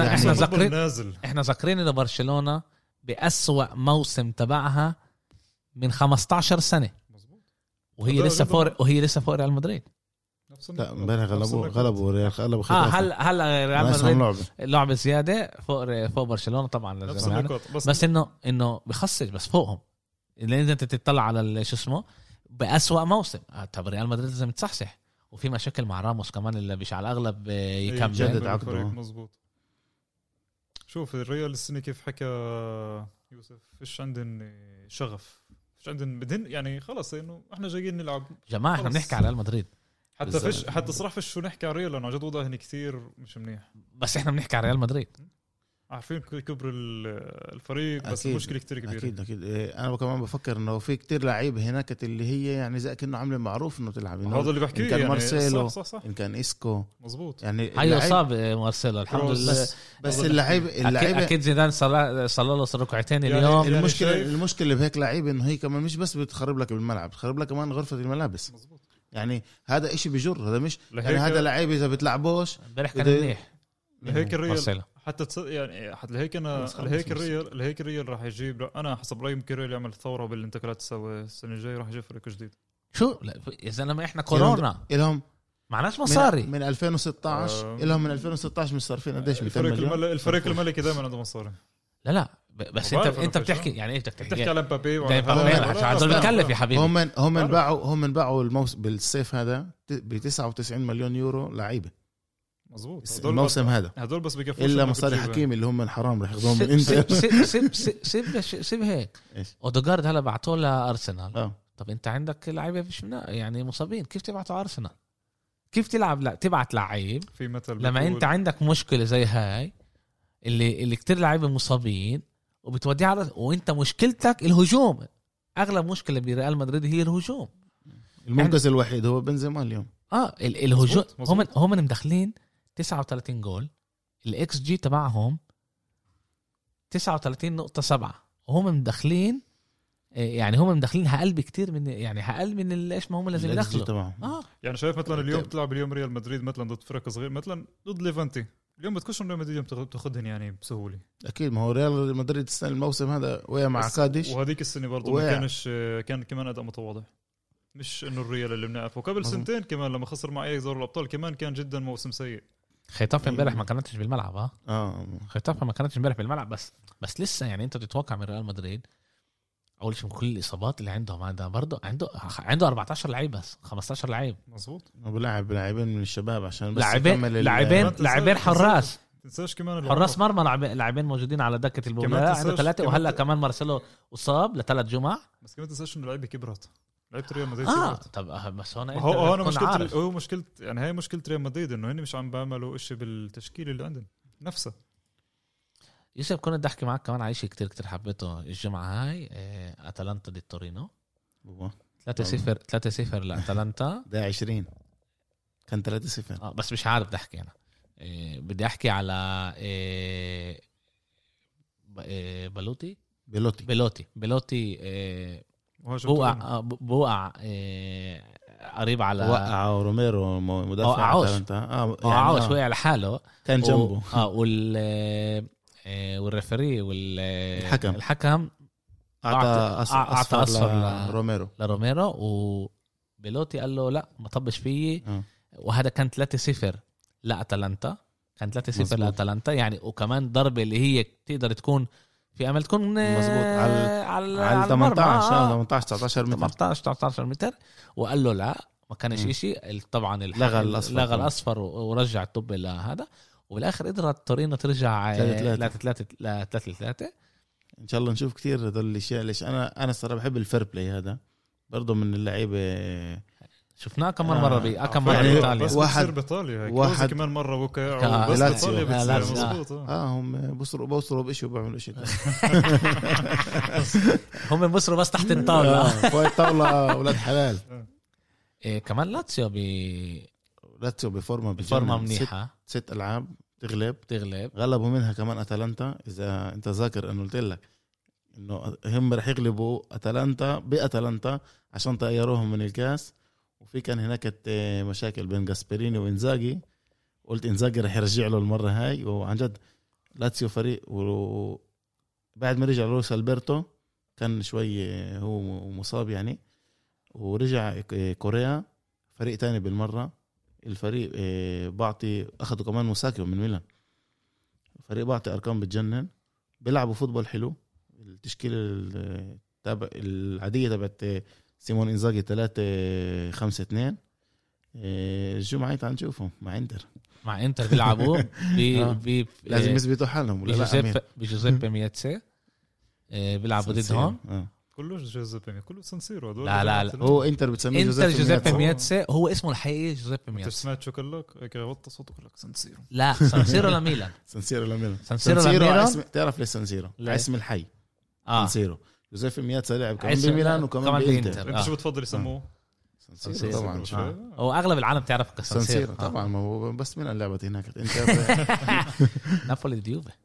احنا ذاكرين ان برشلونه بأسوأ موسم تبعها من 15 سنه. وهي لسه فوق ريال مدريد. امبارح غلبوا ريال. هلا ريال مدريد لعبه زياده فوق برشلونه طبعا لازم يعني. بس انه بخسر بس فوقهم. اللي انت تطلع على شو اسمه بأسوأ موسم. طب ريال مدريد لازم تصحصح، وفي مشاكل مع راموس كمان اللي مش على الاغلب يكمل جدد عقده. مزبوط. شوف الريال السنه كيف حكى يوسف، فيش عندن شغف، فيش عندن بدهن يعني. خلص انه احنا جايين نلعب جماعه. احنا بنحكي على ريال مدريد. حتى صراحة فيش شو نحكي على ريال لأنه عن جد وضعه هني كتير مش منيح. بس احنا بنحكي على ريال مدريد، عارفين كبر الفريق بس أكيد. المشكلة كتير كبيرة. أكيد أنا كمان بفكر إنه في كتير لعيب هناك اللي هي يعني زي كأنه عامل معروف إنه تلعب. هذا اللي بحكيه إن كان يعني مارسيلو صح. إن كان إسكو مزبوط يعني هاي أصاب مارسيلو الحمد لله. بس اللعيب أكيد زيدان صلى له ركعتين يعني اليوم. المشكلة بهيك لعيب إنه هي كمان مش بس بتخرب لك بالملعب، بتخرب لك كمان غرفة الملابس. مزبوط. يعني هذا إشي بجر، هذا مش يعني هذا لعيب إذا بتلعبوش امبارح كان منيح لهيك الريال مارسيلو. حتى يعني حتى لهيك الريال راح يجيب. انا حسب رايي ممكن الريال يعمل ثوره بالانتقالات تسوي السنه الجايه، راح يجيب فريق جديد. شو لا يا زلمه احنا كورونا إلهم معناش مصاري من 2016 إلهم من 2016 مش صارفين قديش 200 مليون. الفريق الملكي دائما عنده مصاري. لا بس انت بتحكي يعني ايش بدك تحكي على مبابي هذول بكلف يا حبيبي. هم باعوا الموسم بالصيف هذا ب 99 مليون يورو لعيبه. مظبوط الموسم هدول بس بكفوش الا مصاري حكيمي اللي هم من حرام رح ياخذوهم من انت. سيب هيك اوديغارد هلا بعتوه لارسنال. طب انت عندك لعيبه مش يعني مصابين، كيف تبعتوا ارسنال؟ كيف تلعب؟ لا تبعت لعيب في مثل لما انت عندك مشكله زي هاي اللي كتير لعيبه مصابين وبتوديه على، وانت مشكلتك الهجوم. اغلب مشكله بريال مدريد هي الهجوم. المنقذ الوحيد هو بنزيما اليوم. الهجوم هم مدخلين 39 جول، الاكس جي تبعهم 39.7 وهم مدخلين يعني هم مدخلين اقل بكتير من يعني اقل من ايش ما هم لازم يدخلوا. يعني شايف مثلا اليوم تلعب اليوم ريال مدريد مثلا ضد فرق صغير مثلا ضد ليفانتي، اليوم بتكونش ريال مدريد تاخذهن يعني بسهوله. اكيد ما هو ريال مدريد السنه الموسم هذا ويا مع كاديش، وهذيك السنه برضه ما كانش كان كمان اداء متواضع. مش انه الريال اللي بنعرفه قبل سنتين كمان لما خسر مع اياكس دوري الابطال كمان كان جدا موسم سيء. خطاف امبارح ما كانتش بالملعب. خطاف ما كانتش امبارح بالملعب بس لسه يعني انت تتوقع من ريال مدريد اول شيء كل الاصابات اللي عندهم هذا برضه عنده 14 لعيب بس 15 لعيب. مظبوط. وبلاعب لاعبين من الشباب عشان بس لاعبين حراس. تنساش كمان حراس مرمى لاعبين موجودين على دكه البدلاء عنده 3 وهلا كمان مارسيلو اصاب ل3 جمع. بس كمان تنساش انه لعيبه كبرت لعيبه ريال مدريد طب بس هو مشكلة يعني هي مشكلة ريال مدريد انه هن مش عم بيعملوا اشي بالتشكيل اللي عندهم نفسه. يوسف كنت بدي احكي معك كمان على شيء كتير حبيته الجمعة هاي. اتلانتا دي تورينو 3-0 لاتلانتا ده 20 كان 3-0 بس مش عارف بدي احكي انا بدي احكي على بلوتي بوقع قريب على وقع روميرو مدافع وقع شوي على حاله كان جنبه والريفري والحكم اعطى اصفر لروميرو وبيلوتي قال له لا ما طبش فيي. وهذا كان 3-0 لاتلانتا كان 3-0 لاتلانتا يعني. وكمان ضربه اللي هي تقدر تكون في امل تكون مظبوط على 18 متر وقال له لا ما كانش شيء. طبعا لغى الاصفر ورجع الطب لهذا. وبالاخر قدرت تورينو ترجع 3-3 ان شاء الله نشوف كتير هذول الاشياء. ليش انا الصراحه بحب الفير بلاي هذا برضه من اللعيبه. شفناه كمان مرة كم مرة يعني بإيطاليا واحد كمان مرة وكا بس إيطاليا مظبوط. هم بوصلوا بإشي وبيعملوا إشي هم بوصلوا بس تحت الطاولة فوق الطاولة أولاد حلال. كمان لاتسيو بفورمة منيحة 6 ألعاب تغلب غلبوا منها كمان أتلانتا. إذا أنت ذاكر أنه قلت لك إنه هم رح يغلبوا أتلانتا بأتلانتا عشان طيروهم من الكاس. وفي كان هناك مشاكل بين جاسبريني وإنزاجي. قلت إنزاجي رح يرجع له المرة هاي. وعن جد لاتسيو فريق وبعد ما رجع لويس ألبرتو كان شوي هو مصاب يعني. ورجع كوريا فريق تاني بالمرة. الفريق بعطي أخذوا كمان موساكيو من ميلان. فريق بعطي أرقام بتجنن بيلعبوا فوتبول حلو. التشكيلة العادية تبعت سيمون إنزاغي 3-5-2. الجمعة تعال نشوفهم مع انتر بيلعبوا لازم يثبتوا حالهم بجوزيبي مياتسي بيلعبوا ضدهم كله جوزيبي كله سانسيرو هذول. لا هو انتر بتسميه جوزيبي مياتسا، هو اسمه الحقيقي جوزيبي انت مياتسا. سمعت شو قال لك وطى صوتك لك سانسيرو. لا سانسيرو لميلان. سانسيرو لميلان. سانسيرو لميلان. تعرف ليش سانسيرو؟ اسم الحي سانسيرو. جوزيبي مياتسا لعب كمان بميلان وكمان بإنتر. انت شو بتفضل يسموه؟ سانسيرو طبعا. هو اغلب العالم تعرف كسانسيرو طبعا. ما هو بس من لعبت هناك انت. نابولي ضد يوفي.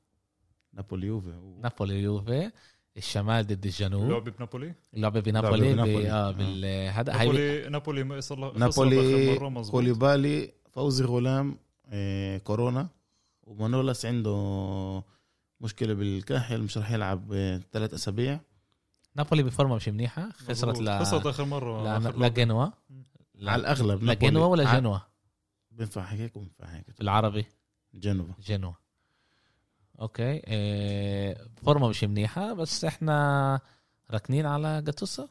نابولي يوفي الشمال ضد الجنوب. لعبة بنابولي بالهذا. نابولي ما صار له نابولي كوليبالي فوزي غلام كورونا، ومانولاس عنده مشكلة بالكاحل مش رح يلعب 3 أسابيع. نابولي بفورمة مش منيحة. خسرت آخر مرة لجنوا على الأغلب. لجنوا ولا جنوا؟ بينفع هيك وبينفع هيك بالعربي. جنوا اوكي. فورمة مش منيحة، بس احنا ركنين على جاتوسا.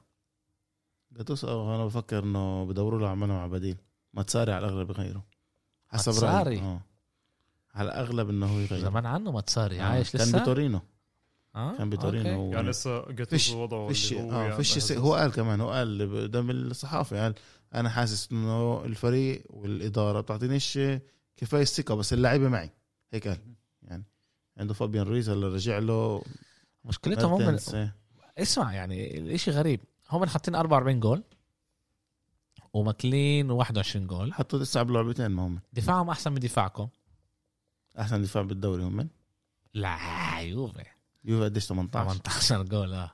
انا بفكر انه بدوروا له عمله مع بديل. ما تساري على الاغلب يغيره حسب رأيي. على الاغلب انه هو يغير. زمان عنه ما تساري عايش لسه. كان بتورينو. يعني لسه جاتوسا وضعه فيش هو قال كمان. هو قال قدام الصحافة قال انا حاسس انه الفريق والاداره بتعطينيش كفايه الثقه، بس اللعيبه معي. هيك قال. يعني عنده فابيان ريز اللي رجع له. مشكلتهم هم اسمع يعني الاشي غريب. هم حاطين 44 جول وماكلين 21 جول. حطوا 9 بلعبتين. ما هم دفاعهم احسن من دفاعكم. احسن دفاع بالدوري هم. لا يوفي قديش 18 جول.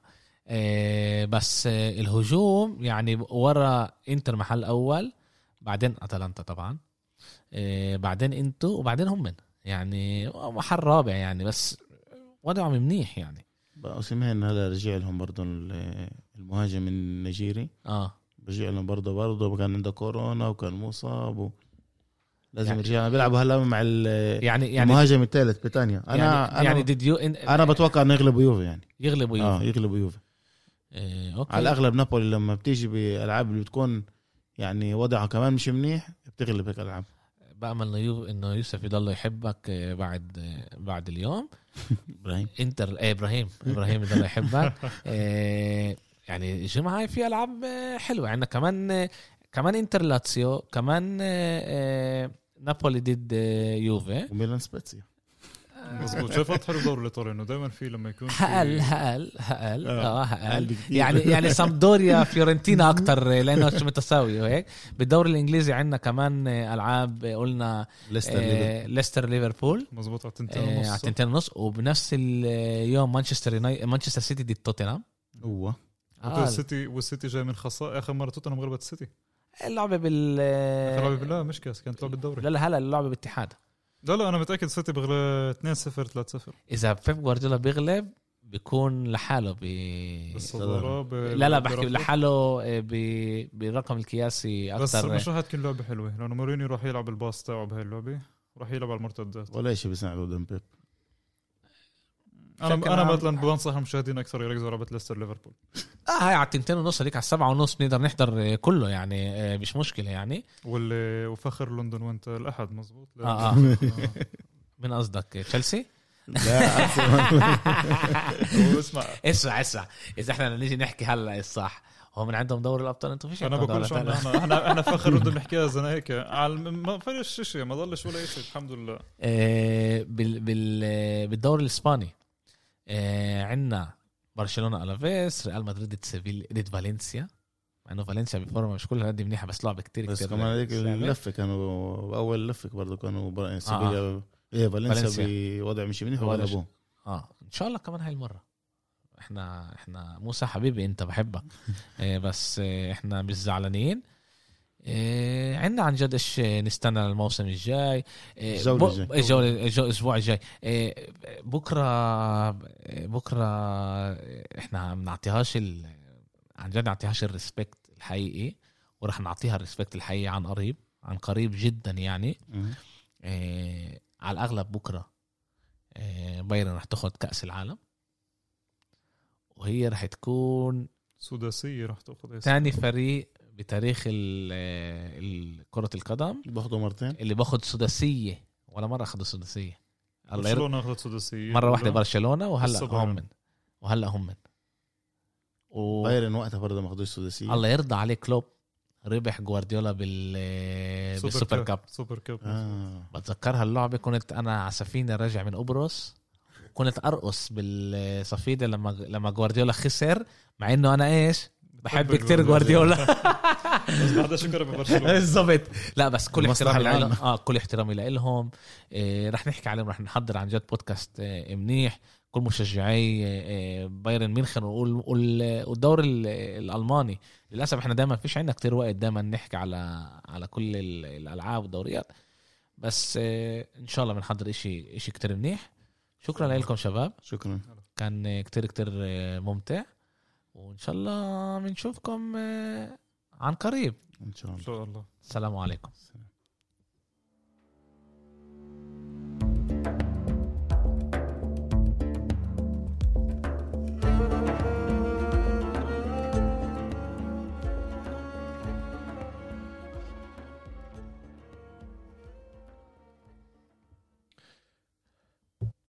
بس الهجوم يعني ورا انتر محل اول، بعدين اتلانتا طبعا، بعدين انتو، وبعدين هم يعني محل رابع يعني. بس وضعهم منيح يعني. اوسيمين هلا رجع لهم برضه المهاجم النيجيري. رجع لهم برضه كان عنده كورونا وكان مصاب لازم يعني يرجع. بيلعبوا هلا مع يعني المهاجم الثالث بتانيا. انا بتوقع انه يغلبوا يوفي. يعني يغلبوا يوفي. أوكي. على الاغلب نابولي لما بتيجي بالالعاب اللي بتكون يعني وضعها كمان مش منيح بتغلب هيك العاب. بأمل انه يوسف يضل يحبك بعد اليوم. ابراهيم ابراهيم يضل يحبك. يعني الجمعة هاي في العاب حلوة عندنا كمان انتر لاتسيو، كمان نابولي ضد يوفي وميلان سبيتسيا. مظبوط. شايفت حلو دور الايطالي انه دائما في لما يكون هقل يعني سامدوريا فيورنتينا اكتر لانه متساوي وهيك. بالدوري الانجليزي عندنا كمان العاب قلنا ليستر ليفربول. مظبوط على 2:30. وبنفس اليوم مانشستر سيتي ضد توتنهام. والسيتي جاي من خسارة. اخر مره توتنهام غلبت السيتي. اللعبه لا مش كاس، كانت لعبه الدوري. لا هلا اللعبه باتحاد. لا انا متاكد السيتي بغلب 2-0 3-0. اذا بيب جوارديولا بيغلب بيكون لحاله لا بحكي لحاله بالرقم القياسي اكثر. بس مش راح تكون لعبه حلوه لانه مورينيو راح يلعب الباص تاعه بهاي اللعبه، راح يلعب على المرتدات ولا شيء بيساعده قدام بيب. انا مثلا بنصح المشاهدين اكثر يركزوا على ليستر ليفربول. هاي على 2:30 هذيك على 7:30 بنقدر نحضر كله يعني مش مشكله يعني. وفخر لندن وانت الاحد. مزبوط. من قصدك تشيلسي؟ لا اسمع اذا احنا نيجي نحكي هلا الصح هو من عندهم دوري الابطال. انتم فيش. انا بقولش احنا فخر لندن نحكيها زي هيك ما فرش شيء، ما ضلش ولا شيء الحمد لله. بالدوري الاسباني عندنا برشلونة ألافيس، ريال مدريد ضد فالنسيا. مع انه فالنسيا بفورمه مش كلها قد منيحه بس لعبه كتير بس كمان هذيك اللفه كانوا اول لفه برضه كانوا سبيل فالنسيا بوضع مش منيح وغلبوه. ان شاء الله كمان هاي المره. احنا موسى حبيبي انت بحبك. بس احنا مش زعلانين. عندنا عن جد ايش نستنى الموسم الجاي. الاسبوع الجاي. بكره احنا بنعطيهاش عن جد نعطيهاش الريسبكت الحقيقي، ورح نعطيها الريسبكت الحقيقي عن قريب جدا يعني. على الاغلب بكره بايرن رح تاخد كأس العالم، وهي رح تكون سداسية. رح تاخد ثاني فريق بتاريخ كرة القدم باخدوا مرتين اللي باخد سداسية، ولا مرة أخذوا سداسية. برشلونة أخذت سداسية مرة واحدة برشلونة وهلأ هم بايرن وقتها برضه ما خدوش سداسية. الله يرضى عليه كلوب ربح جوارديولا بالسوبر كاب. سوبر كاب بتذكرها اللعبة، كنت أنا على سفينة راجع من قبرص، كنت أرقص بالصفيدة لما جوارديولا خسر، مع إنه أنا إيش بحب كتير جوارديولا بس بعد شكر ببرشلونة بالضبط. لا بس كل احترامي لهم، كل احترامي لهم. رح نحكي عليهم، رح نحضر عن جد بودكاست منيح. كل مشجعي بايرن ميونخ والدور الألماني. للأسف احنا دائما فيش عندنا كتير وقت دائما نحكي على كل الألعاب والدوريات، بس إن شاء الله بنحضر إشي كتير منيح. شكرا لكم شباب، شكرا، كان كتير ممتع، وإن شاء الله بنشوفكم عن قريب إن شاء الله. السلام عليكم.